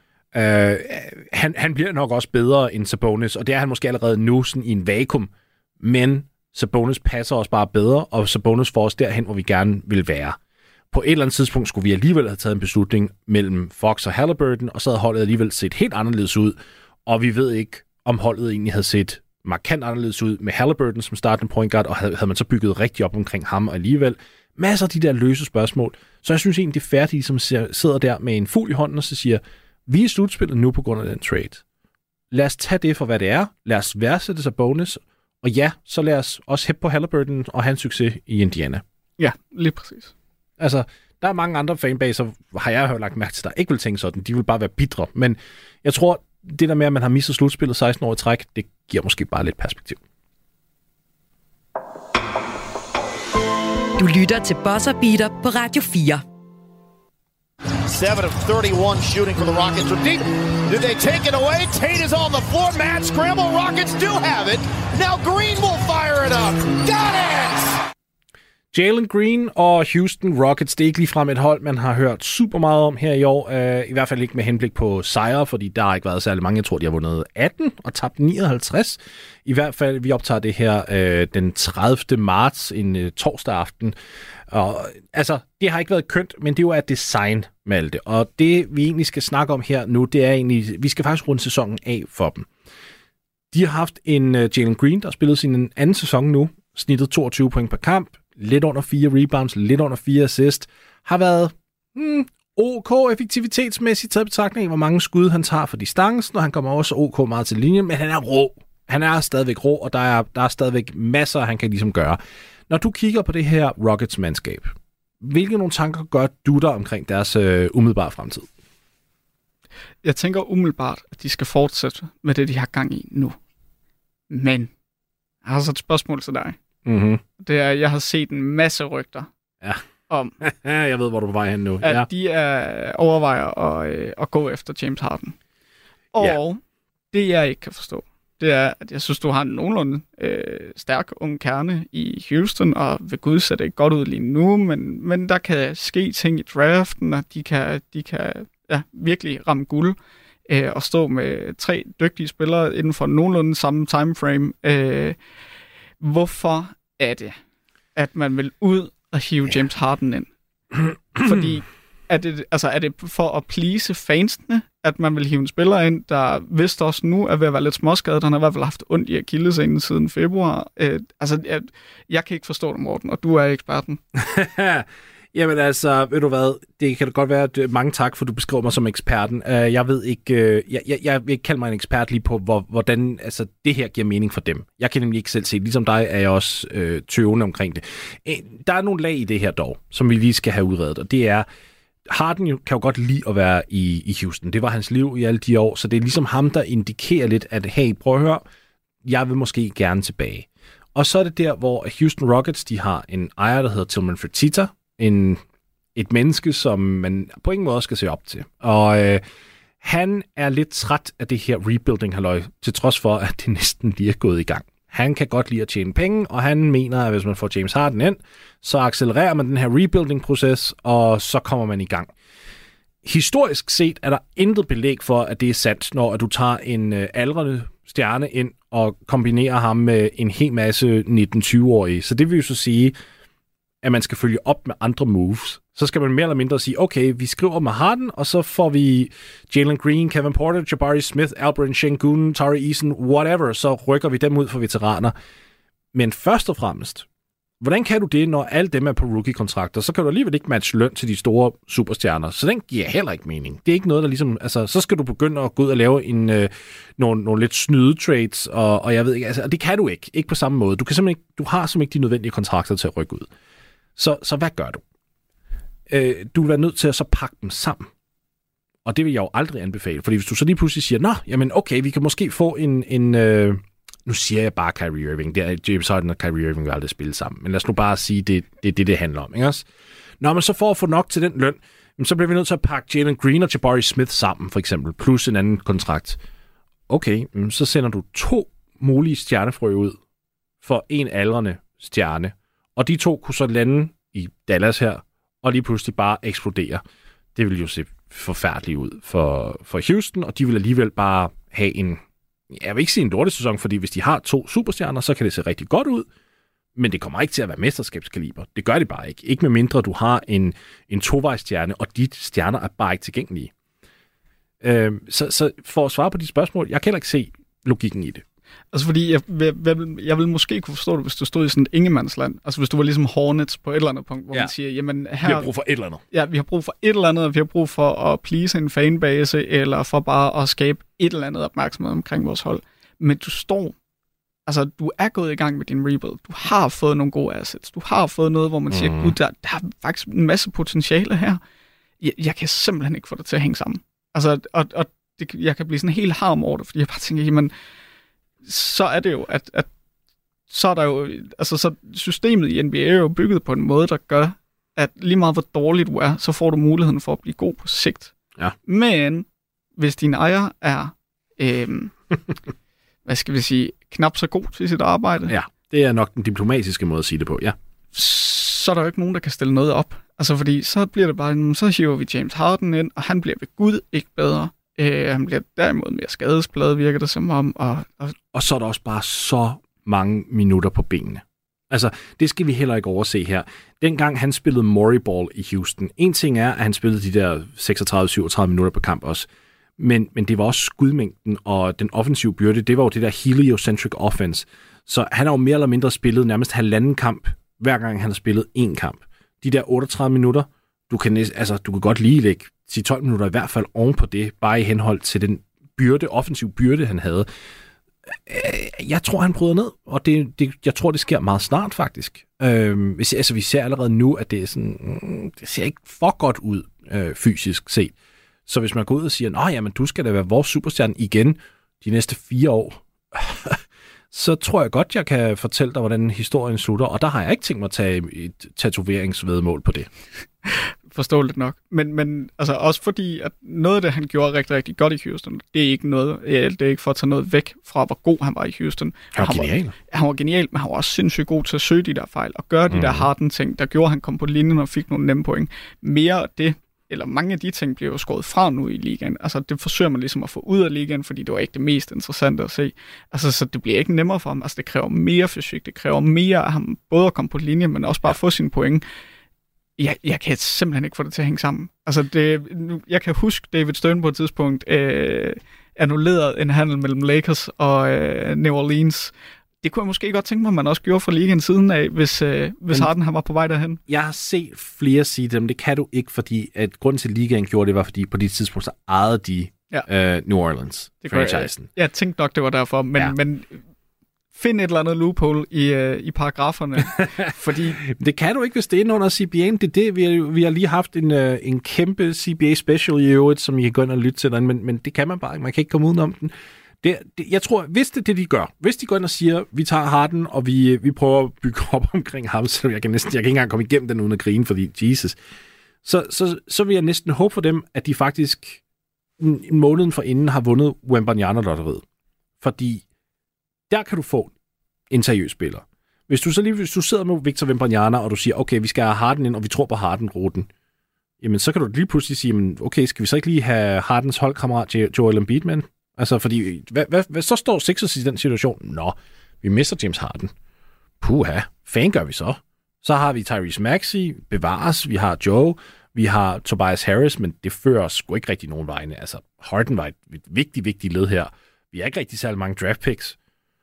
C: Han bliver nok også bedre end Sabonis, og det er han måske allerede nu sådan i en vakuum, men Sabonis passer også bare bedre, og Sabonis får os derhen, hvor vi gerne vil være. På et eller andet tidspunkt skulle vi alligevel have taget en beslutning mellem Fox og Halliburton, og så havde holdet alligevel set helt anderledes ud, og vi ved ikke, om holdet egentlig havde set markant anderledes ud med Halliburton som startende point guard, og havde man så bygget rigtig op omkring ham, og alligevel masser af de der løse spørgsmål. Så jeg synes egentlig, det er fair, de som sidder der med en fugl i hånden, og så siger, vi er slutspillet nu på grund af den trade. Lad os tage det for, hvad det er. Lad os værdsætte sig bonus, og ja, så lad os også hæppe på Halliburton og hans succes i Indiana.
D: Ja, lige præcis.
C: Altså, der er mange andre fanbaser, har jeg jo lagt mærke til, der ikke vil tænke sådan. De vil bare være bitre. Men jeg tror, det der med, at man har mistet slutspillet 16 år i træk, det giver måske bare lidt perspektiv.
B: Du lytter til Buzzer Beater på Radio 4.
E: 7 of 31 shooting for the Rockets from deep. Did they take it away? Tate is on the floor. Mad scramble. Rockets do have it. Now Green will fire it up. Got it!
C: Jalen Green og Houston Rockets, det er ikke ligefrem et hold, man har hørt super meget om her i år. I hvert fald ikke med henblik på sejre, fordi der har ikke været særlig mange. Jeg tror, de har vundet 18 og tabt 59. I hvert fald, vi optager det her den 30. marts, en torsdag aften. Og, altså, det har ikke været kønt, men det er jo et design med alt det. Og det, vi egentlig skal snakke om her nu, det er egentlig, vi skal faktisk runde sæsonen af for dem. De har haft en Jalen Green, der har spillet sin anden sæson nu, snittet 22 point per kamp, lidt under 4 rebounds, lidt under 4 assist, har været OK effektivitetsmæssigt taget betragtning af, hvor mange skud han tager for distancen, og han kommer også OK meget til linjen, men han er rå. Han er stadigvæk rå, og der er stadigvæk masser, han kan ligesom gøre. Når du kigger på det her Rockets-mandskab, hvilke nogle tanker gør du der omkring deres umiddelbare fremtid?
D: Jeg tænker umiddelbart, at de skal fortsætte med det, de har gang i nu. Men jeg har så et spørgsmål til dig.
C: Mm-hmm.
D: Det er, jeg har set en masse rygter om,
C: jeg ved, hvor du er på vej hen nu.
D: At de overvejer at gå efter James Harden. Og det, jeg ikke kan forstå, det er, at jeg synes, du har en nogenlunde stærk ung kerne i Houston, og ved Gud ser det ikke godt ud lige nu, men der kan ske ting i draften, og de kan virkelig ramme guld og stå med 3 dygtige spillere inden for nogenlunde samme timeframe. Hvorfor er det, at man vil ud og hive James Harden ind? Fordi er det for at please fansene, at man vil hive en spiller ind, der vist også nu er ved at være lidt småskadet. Han har i hvert fald haft ondt i akillescenen siden februar. Jeg kan ikke forstå det, Morten, og du er eksperten.
C: Jamen altså, ved du hvad, det kan da godt være, at mange tak, for du beskriver mig som eksperten. Jeg ved ikke, jeg vil ikke kalde mig en ekspert lige på, hvordan altså, det her giver mening for dem. Jeg kan nemlig ikke selv se, ligesom dig er jeg også tøvende omkring det. Der er nogle lag i det her dog, som vi lige skal have udredet, og det er, Harden kan jo godt lide at være i Houston. Det var hans liv i alle de år, så det er ligesom ham, der indikerer lidt, at hey, prøv at høre, jeg vil måske gerne tilbage. Og så er det der, hvor Houston Rockets, de har en ejer, der hedder Tillman Fertitta, en et menneske, som man på ingen måde skal se op til. Og han er lidt træt af det her rebuilding-halløj, til trods for, at det næsten lige er gået i gang. Han kan godt lide at tjene penge, og han mener, at hvis man får James Harden ind, så accelererer man den her rebuilding-proces, og så kommer man i gang. Historisk set er der intet belæg for, at det er sandt, når du tager en aldrende stjerne ind og kombinerer ham med en hel masse 19-20-årige. Så det vil jo så sige, at man skal følge op med andre moves. Så skal man mere eller mindre sige, okay, vi skriver med Harden, og så får vi Jalen Green, Kevin Porter, Jabari Smith, Alperen Sengun, Tari Eason, whatever, så rykker vi dem ud for veteraner. Men først og fremmest, hvordan kan du det, når alle dem er på rookie-kontrakter? Så kan du alligevel ikke matche løn til de store superstjerner. Så den giver heller ikke mening. Det er ikke noget, der ligesom... Altså, så skal du begynde at gå ud og lave nogle lidt snyde trades, og jeg ved ikke... Altså, det kan du ikke. Ikke på samme måde. Du har simpelthen ikke de nødvendige kontrakter til at rykke ud. Så hvad gør du? Du vil være nødt til at så pakke dem sammen. Og det vil jeg jo aldrig anbefale. Fordi hvis du så lige pludselig siger, nå, jamen okay, vi kan måske få en nu siger jeg bare Kyrie Irving. Det er James Harden og Kyrie Irving vil aldrig spille sammen. Men lad os nu bare sige, det er det handler om. Ikke også? Nå, men så for at få nok til den løn, så bliver vi nødt til at pakke Jalen Green og Jabari Smith sammen, for eksempel, plus en anden kontrakt. Okay, så sender du 2 mulige stjernefrø ud for en aldrende stjerne. Og de 2 kunne så lande i Dallas her, og lige pludselig bare eksplodere. Det vil jo se forfærdeligt ud for Houston, og de vil alligevel bare have en... Jeg vil ikke sige en lortesæson, fordi hvis de har 2 superstjerner, så kan det se rigtig godt ud, men det kommer ikke til at være mesterskabskaliber. Det gør det bare ikke. Ikke med mindre du har en 2-vejsstjerne, og de stjerner er bare ikke tilgængelige. Så for at svare på de spørgsmål, jeg kan heller ikke se logikken i det.
D: Altså fordi, jeg vil måske kunne forstå det, hvis du stod i sådan et ingemandsland. Altså hvis du var ligesom Hornets på et eller andet punkt, hvor man siger, jamen her...
C: Vi har brug for et eller andet.
D: Ja, vi har brug for et eller andet, og vi har brug for at please en fanbase, eller for bare at skabe et eller andet opmærksomhed omkring vores hold. Men du du er gået i gang med din rebuild. Du har fået nogle gode assets. Du har fået noget, hvor man siger, gud, der er faktisk en masse potentiale her. Jeg kan simpelthen ikke få det til at hænge sammen. Altså, og jeg kan blive sådan helt harm over det, fordi jeg bare tænker, jamen, så er det jo, at så er der jo, altså så systemet i NBA er jo bygget på en måde, der gør, at lige meget hvor dårligt du er, så får du muligheden for at blive god på sigt.
C: Ja.
D: Men hvis din ejer er, hvad skal vi sige, knap så god til sit arbejde.
C: Ja, det er nok den diplomatiske måde at sige det på, ja.
D: Så er der jo ikke nogen, der kan stille noget op. Altså fordi, så bliver det bare, så hiver vi James Harden ind, og han bliver ved Gud ikke bedre. Han bliver derimod mere skadespladet, virker det som om.
C: Og så er der også bare så mange minutter på benene. Altså, det skal vi heller ikke overse her. Dengang han spillede Murray Ball i Houston, en ting er, at han spillede de der 36-37 minutter på kamp også, men det var også skudmængden og den offensive byrde, det var jo det der heliocentric offense. Så han har jo mere eller mindre spillet nærmest halvanden kamp, hver gang han har spillet én kamp. De der 38 minutter, du kan godt lige lægge 10-12 minutter i hvert fald oven på det, bare i henhold til den offensiv byrde, han havde. Jeg tror, han bryder ned, og jeg tror, det sker meget snart, faktisk. Vi ser allerede nu, at det er sådan, det ser ikke for godt ud fysisk set. Så hvis man går ud og siger, jamen, du skal da være vores superstjerne igen de næste 4 år, så tror jeg godt, jeg kan fortælle dig, hvordan historien slutter, og der har jeg ikke tænkt mig at tage et tatoveringsvedmål på det.
D: Forståeligt nok. Men altså også fordi, at noget af det, han gjorde rigtig, rigtig godt i Houston, det er ikke for at tage noget væk fra, hvor god han var i Houston.
C: Han
D: var genial, men han var også sindssygt god til at søge de der fejl, og gøre de der Harden-ting, der gjorde, at han kom på linjen og fik nogle nemme point. Mere af det, eller mange af de ting, bliver jo skåret fra nu i ligaen. Altså, det forsøger man ligesom at få ud af ligaen, fordi det var ikke det mest interessante at se. Altså, så det bliver ikke nemmere for ham. Altså, det kræver mere fysik, det kræver mere af ham, både at komme på linje, men også bare få sine point. Jeg kan simpelthen ikke få det til at hænge sammen. Altså, jeg kan huske David Stern på et tidspunkt annullerede en handel mellem Lakers og New Orleans. Det kunne jeg måske godt tænke mig, at man også gjorde fra ligaen siden af, hvis Harden han var på vej derhen.
C: Jeg har set flere sige det, men det kan du ikke, fordi at grunden til, at ligaen gjorde det, var fordi på det tidspunkt, så ejede de New Orleans-franchisen.
D: Jeg tænkte nok, det var derfor, men find et eller andet loophole i paragraferne, fordi...
C: Det kan du ikke, hvis det er under CBA'en. Det er det, vi har lige haft en kæmpe CBA-special i øvrigt, som I kan gå ind og lytte til, men det kan man bare ikke. Man kan ikke komme udenom den. Jeg tror, hvis det er det, de gør, hvis de går ind og siger, vi tager Harden, og vi prøver at bygge op omkring ham, så jeg kan ikke engang komme igennem den uden at grine, fordi Jesus, så vil jeg næsten håbe for dem, at de faktisk en måned forinden har vundet Wembanyama-lotteriet. Fordi der kan du få en seriøs spiller. Hvis du sidder med Victor Wembanyama, og du siger, okay, vi skal have Harden ind, og vi tror på Harden-ruten, jamen så kan du lige pludselig sige, okay, skal vi så ikke lige have Hardens holdkammerat Joel Embiid, man? Altså, fordi, hvad så står Sixers i den situation? Nå, vi mister James Harden. Puha, fan gør vi så. Så har vi Tyrese Maxey, bevares, vi har Joe, vi har Tobias Harris, men det fører sgu ikke rigtig nogen vegne. Altså, Harden var et vigtigt led her. Vi har ikke rigtig særlig mange draft picks.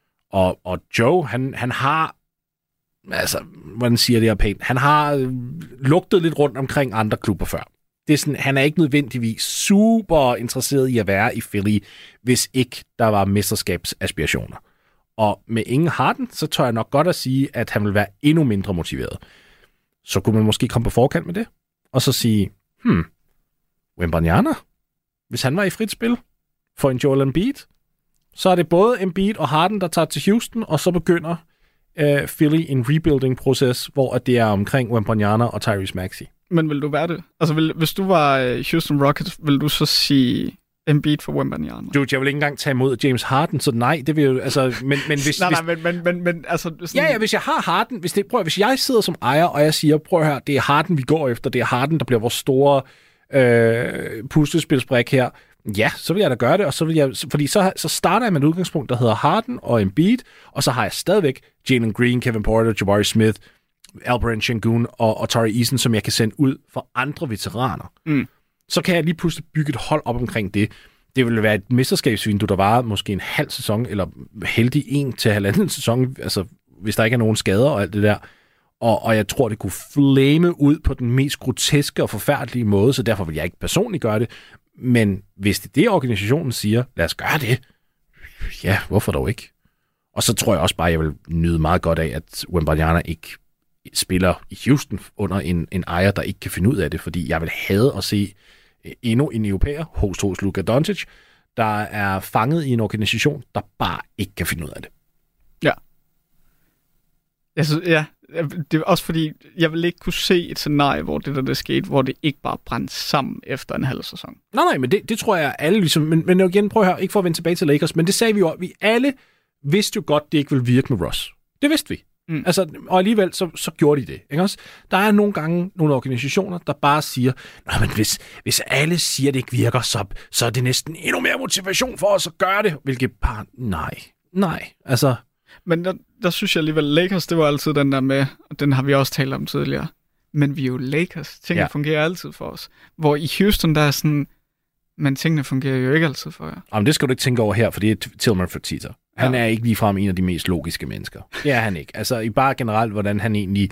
C: Og Joe, han har, altså, hvordan siger det her pænt, han har lugtet lidt rundt omkring andre klubber før. Det er sådan, han er ikke nødvendigvis super interesseret i at være i Philly, hvis ikke der var mesterskabsaspirationer. Og med ingen Harden, så tør jeg nok godt at sige, at han vil være endnu mindre motiveret. Så kunne man måske komme på forkant med det, og så sige, Wembanyama, hvis han var i frit spil for en Joel Embiid, så er det både Embiid og Harden, der tager til Houston, og så begynder Philly en rebuilding-proces, hvor det er omkring Wembanyama og Tyrese Maxey.
D: Men vil du være det? Altså, hvis du var Houston Rockets, vil du så sige Embiid for Wembanyama?
C: Dude, jeg vil ikke engang tage imod James Harden, så nej, det vil jo, altså, men hvis...
D: men altså... Sådan...
C: Ja, hvis jeg har Harden, hvis jeg sidder som ejer, og jeg siger, prøv at høre, det er Harden, vi går efter, det er Harden, der bliver vores store puslespilsbrik her, ja, så vil jeg da gøre det, og så vil jeg, fordi så starter jeg med et udgangspunkt, der hedder Harden og Embiid, og så har jeg stadigvæk Jalen Green, Kevin Porter, Jabari Smith, Alperen Sengun og Tari Eason, som jeg kan sende ud for andre veteraner. Så kan jeg lige pludselig bygge et hold op omkring det. Det vil være et mesterskabsvindue, der varer måske en halv sæson, eller heldig 1 til 1,5 sæson, altså hvis der ikke er nogen skader og alt det der. Og jeg tror, det kunne flame ud på den mest groteske og forfærdelige måde, så derfor vil jeg ikke personligt gøre det. Men hvis det organisationen siger, lad os gøre det, ja, hvorfor dog ikke? Og så tror jeg også bare, at jeg vil nyde meget godt af, at Wembanyama ikke spiller i Houston under en ejer, der ikke kan finde ud af det, fordi jeg vil hade at se endnu en europæer, hos Luka Doncic, der er fanget i en organisation, der bare ikke kan finde ud af det.
D: Ja. Jeg synes, ja, det er også fordi, jeg vil ikke kunne se et scenarie, hvor det skete, hvor det ikke bare brændte sammen efter en halv sæson.
C: Nej, men det tror jeg alle ligesom, men igen, prøv at høre, ikke for at vende tilbage til Lakers, men det sagde vi jo, vi alle vidste jo godt, det ikke ville virke med Russ. Det vidste vi. Altså, og alligevel, så gjorde de det. Ikke også? Der er nogle gange nogle organisationer, der bare siger, men hvis alle siger, det ikke virker, så er det næsten endnu mere motivation for os at gøre det. Hvilket bare, nej. Altså...
D: Men der synes jeg alligevel, Lakers, det var altid den der med, og den har vi også talt om tidligere, men vi er jo Lakers. Tingene fungerer altid for os. Hvor i Houston, der er sådan, men tingene fungerer jo ikke altid for jer.
C: Jamen, det skal du ikke tænke over her, for det er Tillman Fertitta. Han er ikke ligefrem en af de mest logiske mennesker. Det er han ikke. Altså, i bare generelt, hvordan han egentlig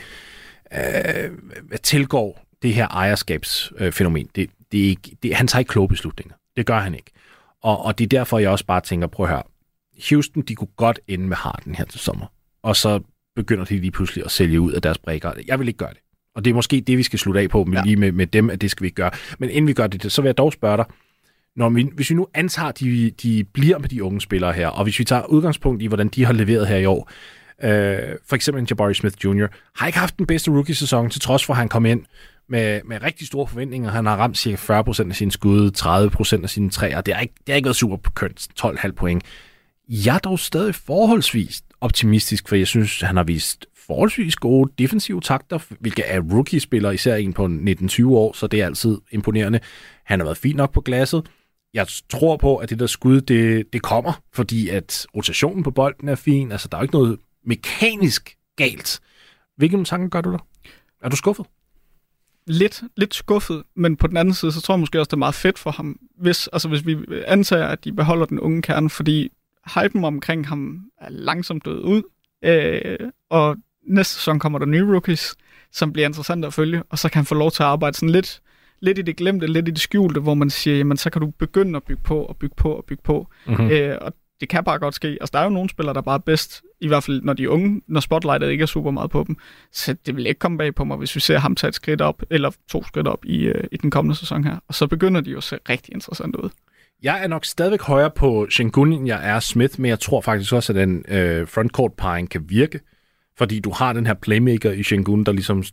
C: tilgår det her ejerskabsfænomen. Det er ikke, han tager ikke kloge beslutninger. Det gør han ikke. Og det er derfor, jeg også bare tænker, prøv at høre, Houston, de kunne godt ende med Harden her til sommer. Og så begynder de lige pludselig at sælge ud af deres brækker. Jeg vil ikke gøre det. Og det er måske det, vi skal slutte af på lige med dem, at det skal vi ikke gøre. Men inden vi gør det, så vil jeg dog spørge dig, hvis vi nu antager, at de bliver med de unge spillere her, og hvis vi tager udgangspunkt i, hvordan de har leveret her i år, for eksempel en Jabari Smith Jr., har ikke haft den bedste rookie-sæson, til trods for, at han kom ind med rigtig store forventninger. Han har ramt cirka 40% af sine skud, 30% af sine træer. Det har ikke været super kønt, 12,5 point. Jeg er dog stadig forholdsvis optimistisk, for jeg synes, han har vist forholdsvis gode defensive takter, hvilket er rookie-spillere, især en på 19-20 år, så det er altid imponerende. Han har været fint nok på glasset. Jeg tror på, at det der skud, det kommer, fordi at rotationen på bolden er fin. Altså, der er jo ikke noget mekanisk galt. Hvilke tanker gør du der? Er du skuffet?
D: Lidt skuffet, men på den anden side, så tror jeg måske også, det er meget fedt for ham, hvis vi antager, at de beholder den unge kerne, fordi hypen omkring ham er langsomt død ud, og næste sæson kommer der nye rookies, som bliver interessant at følge, og så kan han få lov til at arbejde sådan lidt i det glemte, lidt i det skjulte, hvor man siger, jamen så kan du begynde at bygge på. Mm-hmm. Og det kan bare godt ske. Altså der er jo nogle spillere, der bare er bedst, i hvert fald når de er unge, når spotlightet ikke er super meget på dem. Så det vil ikke komme bag på mig, hvis vi ser ham tage et skridt op, eller 2 skridt op i den kommende sæson her. Og så begynder de jo at se rigtig interessant ud.
C: Jeg er nok stadigvæk højere på Sengun, end jeg er Smith, men jeg tror faktisk også, at den frontcourt-parring kan virke, fordi du har den her playmaker i Sengun, der ligesom står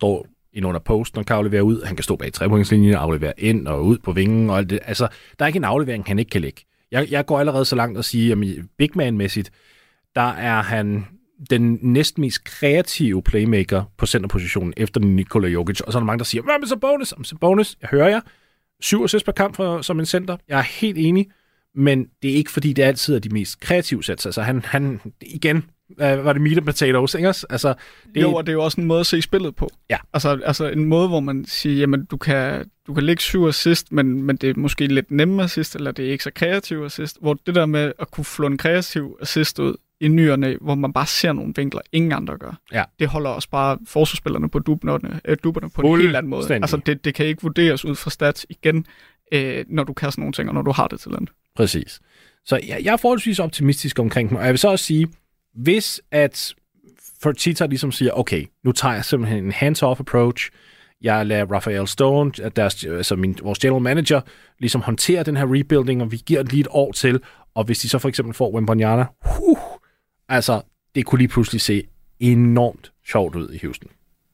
C: ind under posten og kan aflevere ud. Han kan stå bag trepointslinjen og aflevere ind og ud på vingen og alt det. Altså, der er ikke en aflevering, han ikke kan lægge. Jeg går allerede så langt at sige, at big man-mæssigt, der er han den næstmest kreative playmaker på centerpositionen efter Nikola Jokic. Og så er der mange, der siger, hvad med så bonus? Så bonus, jeg hører jer. 7 assists per kamp som en center. Jeg er helt enig, men det er ikke, fordi det altid er de mest kreative sats. Altså, han igen, var det meat and potatoes, ikke også? Altså,
D: jo, og det er jo også en måde at se spillet på.
C: Ja.
D: Altså en måde, hvor man siger, jamen, du kan lægge 7 assist, men det er måske lidt nemme assist, eller det er ikke så kreativ assist. Hvor det der med at kunne flå en kreativ assist ud i ny og næ, hvor man bare ser nogle vinkler, ingen andre gør. Ja. Det holder også bare forsvarsspillerne på dupperne på en helt anden måde. Altså, det kan ikke vurderes ud fra stats igen, når du kan sådan nogle ting, og når du har det til land.
C: Præcis. Så jeg er forholdsvis optimistisk omkring dem, og jeg vil så også sige, hvis at Fertitta ligesom siger, okay, nu tager jeg simpelthen en hands-off approach, jeg lader Rafael Stone, vores general manager, ligesom håndtere den her rebuilding, og vi giver det lige et år til, og hvis de så for eksempel får Wembanyama, altså, det kunne lige pludselig se enormt sjovt ud i Houston.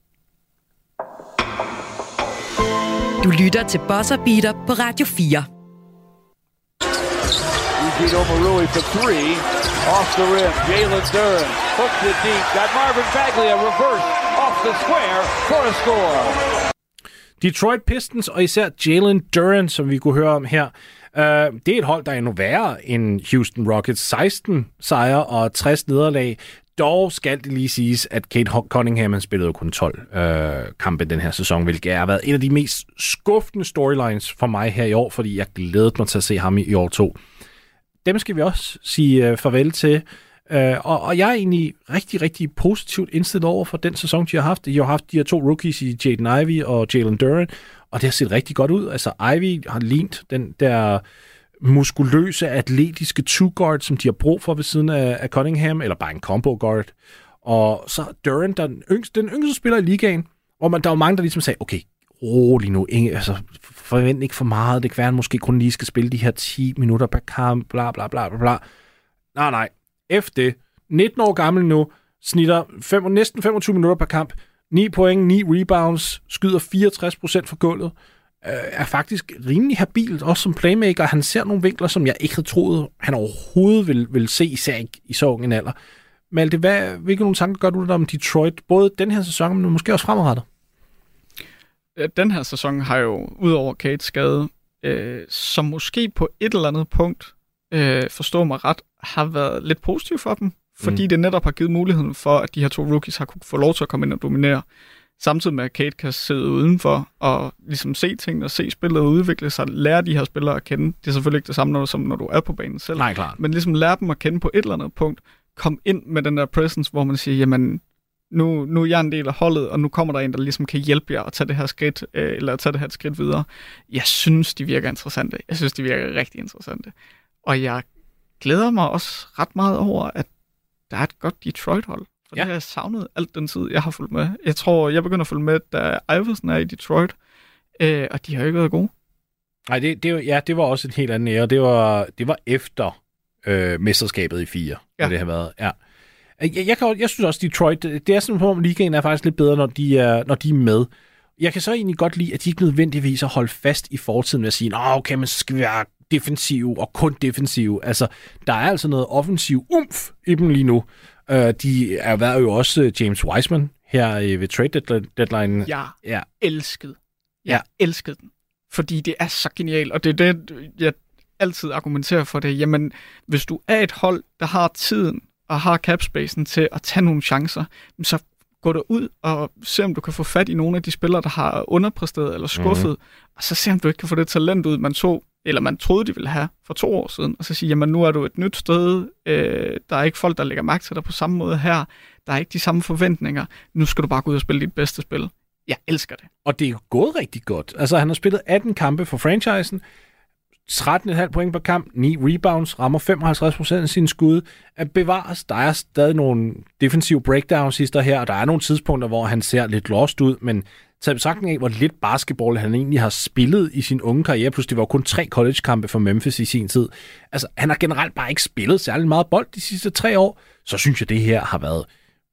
B: Du lytter til Buzzer Beater på Radio 4.
G: Eugene Omoruyi for 3, off the rim, Jalen Duren, hooks it deep, got Marvin Bagley a reverse, off the square for a score.
C: Detroit Pistons, og især Jalen Duren, som vi kunne høre om her, det er et hold, der er endnu værre end Houston Rockets. 16 sejre og 60 nederlag. Dog skal det lige siges, at Kate Cunningham han spillede kun 12 kampe den her sæson, hvilket har været en af de mest skuffende storylines for mig her i år, fordi jeg glædede mig til at se ham i år 2. Dem skal vi også sige farvel til. Og jeg er egentlig rigtig, rigtig positivt indstillet over for den sæson, de har haft. De har haft de her 2 rookies i Jaden Ivey og Jalen Duren, og det har set rigtig godt ud. Altså, Ivey har lignet den der muskuløse, atletiske two-guard, som de har brug for ved siden af Cunningham, eller bare en combo-guard. Og så Duren, den yngste spiller i ligaen, og der var mange, der ligesom sagde, okay, rolig nu, forvent ikke for meget, det kan være, han måske kun lige skal spille de her 10 minutter per kamp, bla bla bla bla bla. Nej. Efter det, 19 år gammel nu, snitter næsten 25 minutter per kamp, 9 point, 9 rebounds, skyder 64% for gulvet, er faktisk rimelig habilt, også som playmaker. Han ser nogle vinkler, som jeg ikke havde troet, han overhovedet ville se, især i så ung en alder. Malte, hvilke nogle tanker gør du der om Detroit, både den her sæson, men måske også fremadrettet?
D: Den her sæson har jo, udover Kates skade, som måske på et eller andet punkt, forstå mig ret, har været lidt positiv for dem, fordi det netop har givet muligheden for, at de her 2 rookies har kunne få lov til at komme ind og dominere, samtidig med at Kate kan sidde udenfor og ligesom se tingene og se spillet og udvikle sig, lære de her spillere at kende. Det er selvfølgelig ikke det samme, som når du er på banen selv.
C: Nej, klart.
D: Men ligesom lære dem at kende på et eller andet punkt, kom ind med den der presence, hvor man siger, jamen, nu er jeg en del af holdet, og nu kommer der en, der ligesom kan hjælpe jer at tage det her skridt, eller tage det her skridt videre. Jeg synes, de virker interessante. Jeg synes, de virker rigtig interessante. Og jeg glæder mig også ret meget over, at der er et godt Detroit-hold. For det har jeg savnet alt den tid, jeg har fulgt med. Jeg tror, jeg begynder at følge med, da Iverson er i Detroit, og de har ikke været gode.
C: Nej, det var også en helt anden ære. Det var efter mesterskabet i 4, det har været. Ja. Jeg synes også, Detroit, det er sådan, at ligaen er faktisk lidt bedre, når de er med. Jeg kan så egentlig godt lide, at de ikke nødvendigvis har holdt fast i fortiden ved at sige, okay, men så skal vi være defensive og kun defensive. Altså, der er altså noget offensiv umf i dem lige nu. De er jo også James Wiseman her ved trade deadline.
D: Jeg elskede den. Fordi det er så genialt, og det er det, jeg altid argumenterer for det. Jamen, hvis du er et hold, der har tiden og har capspacen til at tage nogle chancer, så gå derud og se, om du kan få fat i nogle af de spillere, der har underpræsteret eller skuffet, og så se, om du ikke kan få det talent ud, man troede, de ville have for 2 år siden, og så sige, jamen nu er du et nyt sted, der er ikke folk, der lægger mærke til dig på samme måde her, der er ikke de samme forventninger, nu skal du bare gå ud og spille dit bedste spil. Jeg elsker det.
C: Og det er gået rigtig godt. Altså, han har spillet 18 kampe for franchisen, 13,5 point per kamp, 9 rebounds, rammer 55% af sine skud, at bevares. Der er stadig nogle defensive breakdowns sidste her, og der er nogle tidspunkter, hvor han ser lidt lost ud, men taget betragtning af, hvor lidt basketball han egentlig har spillet i sin unge karriere, plus det var kun 3 college-kampe for Memphis i sin tid. Altså, han har generelt bare ikke spillet særlig meget bold de sidste 3 år, så synes jeg, det her har været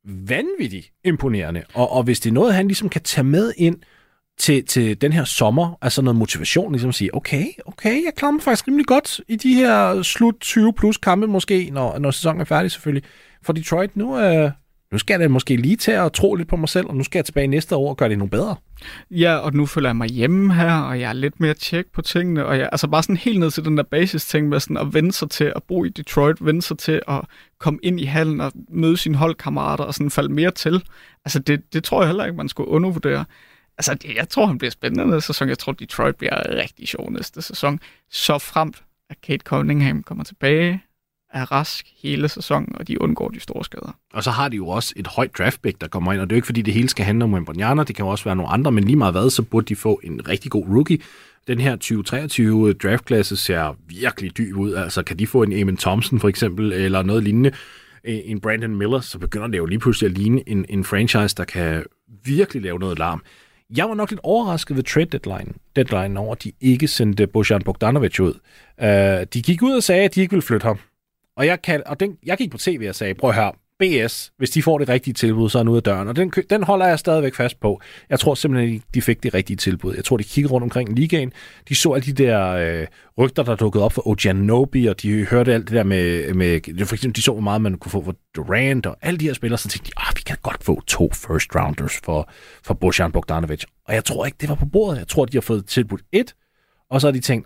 C: vanvittigt imponerende. Og hvis det er noget, han ligesom kan tage med ind til den her sommer, altså noget motivation, ligesom at sige, okay, jeg klarer mig faktisk rimelig godt i de her slut 20 plus kampe måske, når sæsonen er færdig selvfølgelig. For Detroit, nu skal jeg da måske lige til at tro lidt på mig selv, og nu skal jeg tilbage næste år og gøre det endnu bedre.
D: Ja, og nu føler jeg mig hjemme her, og jeg er lidt mere tjek på tingene, og jeg altså bare sådan helt ned til den der basis-ting med sådan at vende sig til at bo i Detroit, vende sig til at komme ind i hallen og møde sine holdkammerater og sådan falde mere til. Altså det tror jeg heller ikke, man skulle undervurdere. Altså jeg tror, han bliver spændende næste sæson. Jeg tror, Detroit bliver rigtig sjov næste sæson. Så fremt, at Kate Cunningham kommer tilbage, er rask hele sæsonen, og de undgår de store skader. Og
C: så har de jo også et højt draftpick, der kommer ind, og det er jo ikke, fordi det hele skal handle om Wembanyama, det kan jo også være nogle andre, men lige meget hvad, så burde de få en rigtig god rookie. Den her 2023 draftklasse ser virkelig dyb ud, altså kan de få en Amen Thompson for eksempel, eller noget lignende, en Brandon Miller, så begynder det jo lige pludselig at ligne en franchise, der kan virkelig lave noget larm. Jeg var nok lidt overrasket ved trade deadline over, at de ikke sendte Bojan Bogdanovic ud. De gik ud og sagde, at de ikke ville flytte ham. Og jeg gik på tv og sagde, prøv at høre, BS, hvis de får det rigtige tilbud, så er han ude af døren. Og den holder jeg stadigvæk fast på. Jeg tror simpelthen, de fik det rigtige tilbud. Jeg tror, de kiggede rundt omkring ligaen. De så alle de der rygter, der dukkede op for OG Anunoby, og de hørte alt det der med for eksempel, de så, hvor meget man kunne få for Durant, og alle de her spillere, så tænkte de, vi kan godt få 2 first rounders for Bojan Bogdanovic. Og jeg tror ikke, det var på bordet. Jeg tror, de har fået tilbudt 1, og så har de tænkt,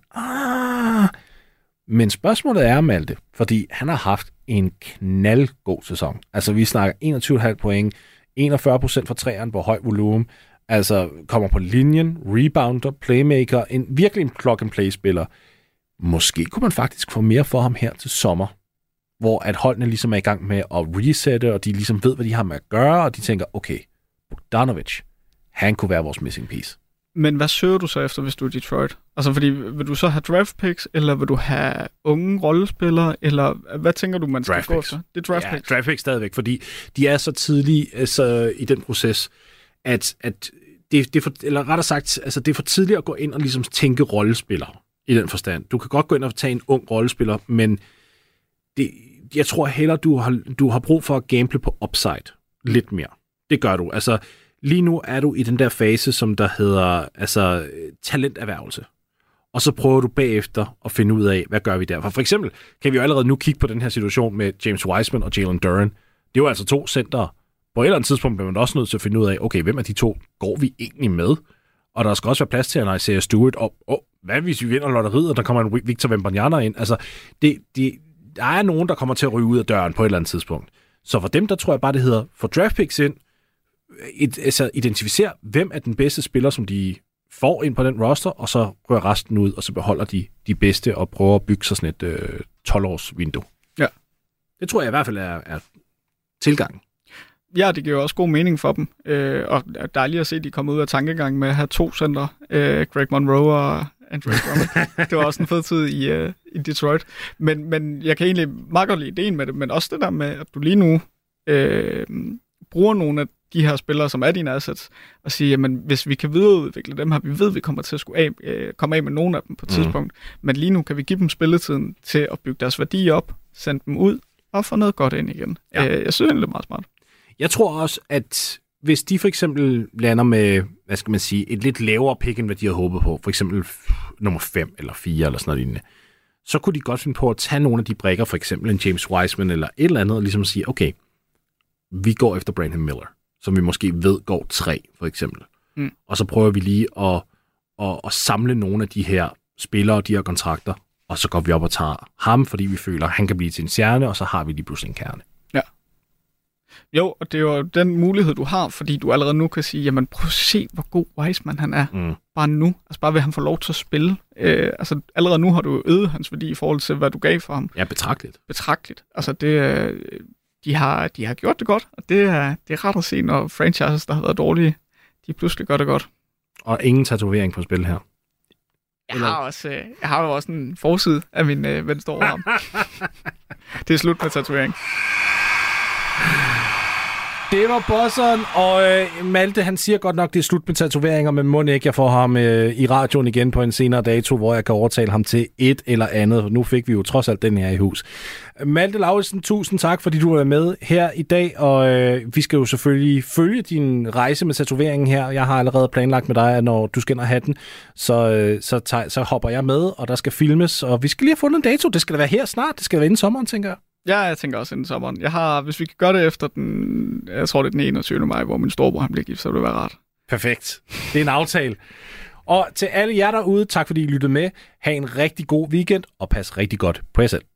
C: men spørgsmålet er, Malte, fordi han har haft en knaldgod sæson. Altså, vi snakker 21,5 point, 41% for træerne på høj volumen, altså kommer på linjen, rebounder, playmaker, virkelig en plug-and-play-spiller. Måske kunne man faktisk få mere for ham her til sommer, hvor at holdene ligesom er i gang med at resette, og de ligesom ved, hvad de har med at gøre, og de tænker, okay, Bogdanovic, han kunne være vores missing piece.
D: Men hvad søger du så efter, hvis du er Detroit? Altså, fordi vil du så have draft picks, eller vil du have unge rollespillere, eller hvad tænker du, man skal gå efter? Det er draft picks.
C: Draft picks stadigvæk, fordi de er så tidlige i den proces, at det er for, eller rettere sagt, altså det er for tidligt at gå ind og ligesom tænke rollespillere i den forstand. Du kan godt gå ind og tage en ung rollespiller, men jeg tror hellere, du har brug for at gamble på upside lidt mere. Det gør du. Altså, lige nu er du i den der fase, som der hedder talenterhvervelse. Og så prøver du bagefter at finde ud af, hvad gør vi der. For eksempel kan vi jo allerede nu kigge på den her situation med James Wiseman og Jalen Duren. Det er jo altså 2 centre. På et eller andet tidspunkt bliver man også nødt til at finde ud af, okay, hvem af de 2 går vi egentlig med? Og der skal også være plads til en Isaiah Stewart. Og hvad hvis vi vinder lotteriet, og der kommer en Victor Wembanyama ind? Altså, der er nogen, der kommer til at ryge ud af døren på et eller andet tidspunkt. Så for dem, der tror jeg bare, det hedder, få draft picks ind, identificere, hvem er den bedste spiller, som de får ind på den roster, og så rører resten ud, og så beholder de bedste og prøver at bygge sig sådan et 12-års vindue. Ja. Det tror jeg i hvert fald er tilgangen.
D: Ja, det giver også god mening for dem. Og dejligt at se, at de kommer ud af tankegang med at have 2 center, Greg Monroe og Andre Drummond. Det var også en fed tid i Detroit. Men jeg kan egentlig meget godt lide ideen med det, men også det der med, at du lige nu bruger nogle af de her spillere, som er dine assets, og sige, jamen, hvis vi kan videreudvikle dem her, vi ved, vi kommer til at komme af med nogle af dem på et tidspunkt, men lige nu kan vi give dem spilletiden til at bygge deres værdi op, sende dem ud, og få noget godt ind igen. Ja. Jeg synes, det er meget smart. Jeg
C: tror også, at hvis de for eksempel lander med, hvad skal man sige, et lidt lavere pick, end hvad de havde håbet på, for eksempel nummer 5 eller 4 eller sådan noget lignende, så kunne de godt finde på at tage nogle af de brikker, for eksempel en James Wiseman eller et eller andet, og ligesom sige, okay, vi går efter Brandon Miller, som vi måske ved går 3, for eksempel. Og så prøver vi lige at samle nogle af de her spillere og de her kontrakter, og så går vi op og tager ham, fordi vi føler, at han kan blive til en stjerne, og så har vi lige pludselig en kerne.
D: Ja. Jo, og det er jo den mulighed, du har, fordi du allerede nu kan sige, jamen prøv at se, hvor god Wiseman han er. Bare nu. Altså bare ved, at han får lov til at spille. Altså allerede nu har du øget hans værdi i forhold til, hvad du gav for ham.
C: Ja, betragteligt.
D: Betragteligt. Altså det... De har gjort det godt, og det er rart at se, når franchises, der har været dårlige, de pludselig gør det godt.
C: Og ingen tatovering på spil her.
D: Jeg har jo også en forside af min venstre overarm. Det er slut med tatovering.
C: Det var bosseren, og Malte, han siger godt nok, det er slut med tatoveringer, men må ikke jeg får ham i radioen igen på en senere dato, hvor jeg kan overtale ham til et eller andet. Nu fik vi jo trods alt den her i hus. Malte Lauritsen, tusind tak, fordi du var med her i dag, og vi skal jo selvfølgelig følge din rejse med tatoveringen her. Jeg har allerede planlagt med dig, at når du skal ind og have den, så hopper jeg med, og der skal filmes, og vi skal lige have fundet en dato. Det skal da være her snart, det skal være inden sommeren, tænker jeg.
D: Ja, jeg tænker også inden sommeren. Hvis vi kan gøre det efter jeg tror det er den 21. maj, hvor min storebror han bliver gift, så vil det være rart.
C: Perfekt. Det er en aftale. Og til alle jer derude, tak fordi I lyttede med. Ha' en rigtig god weekend, og pas rigtig godt på jer selv.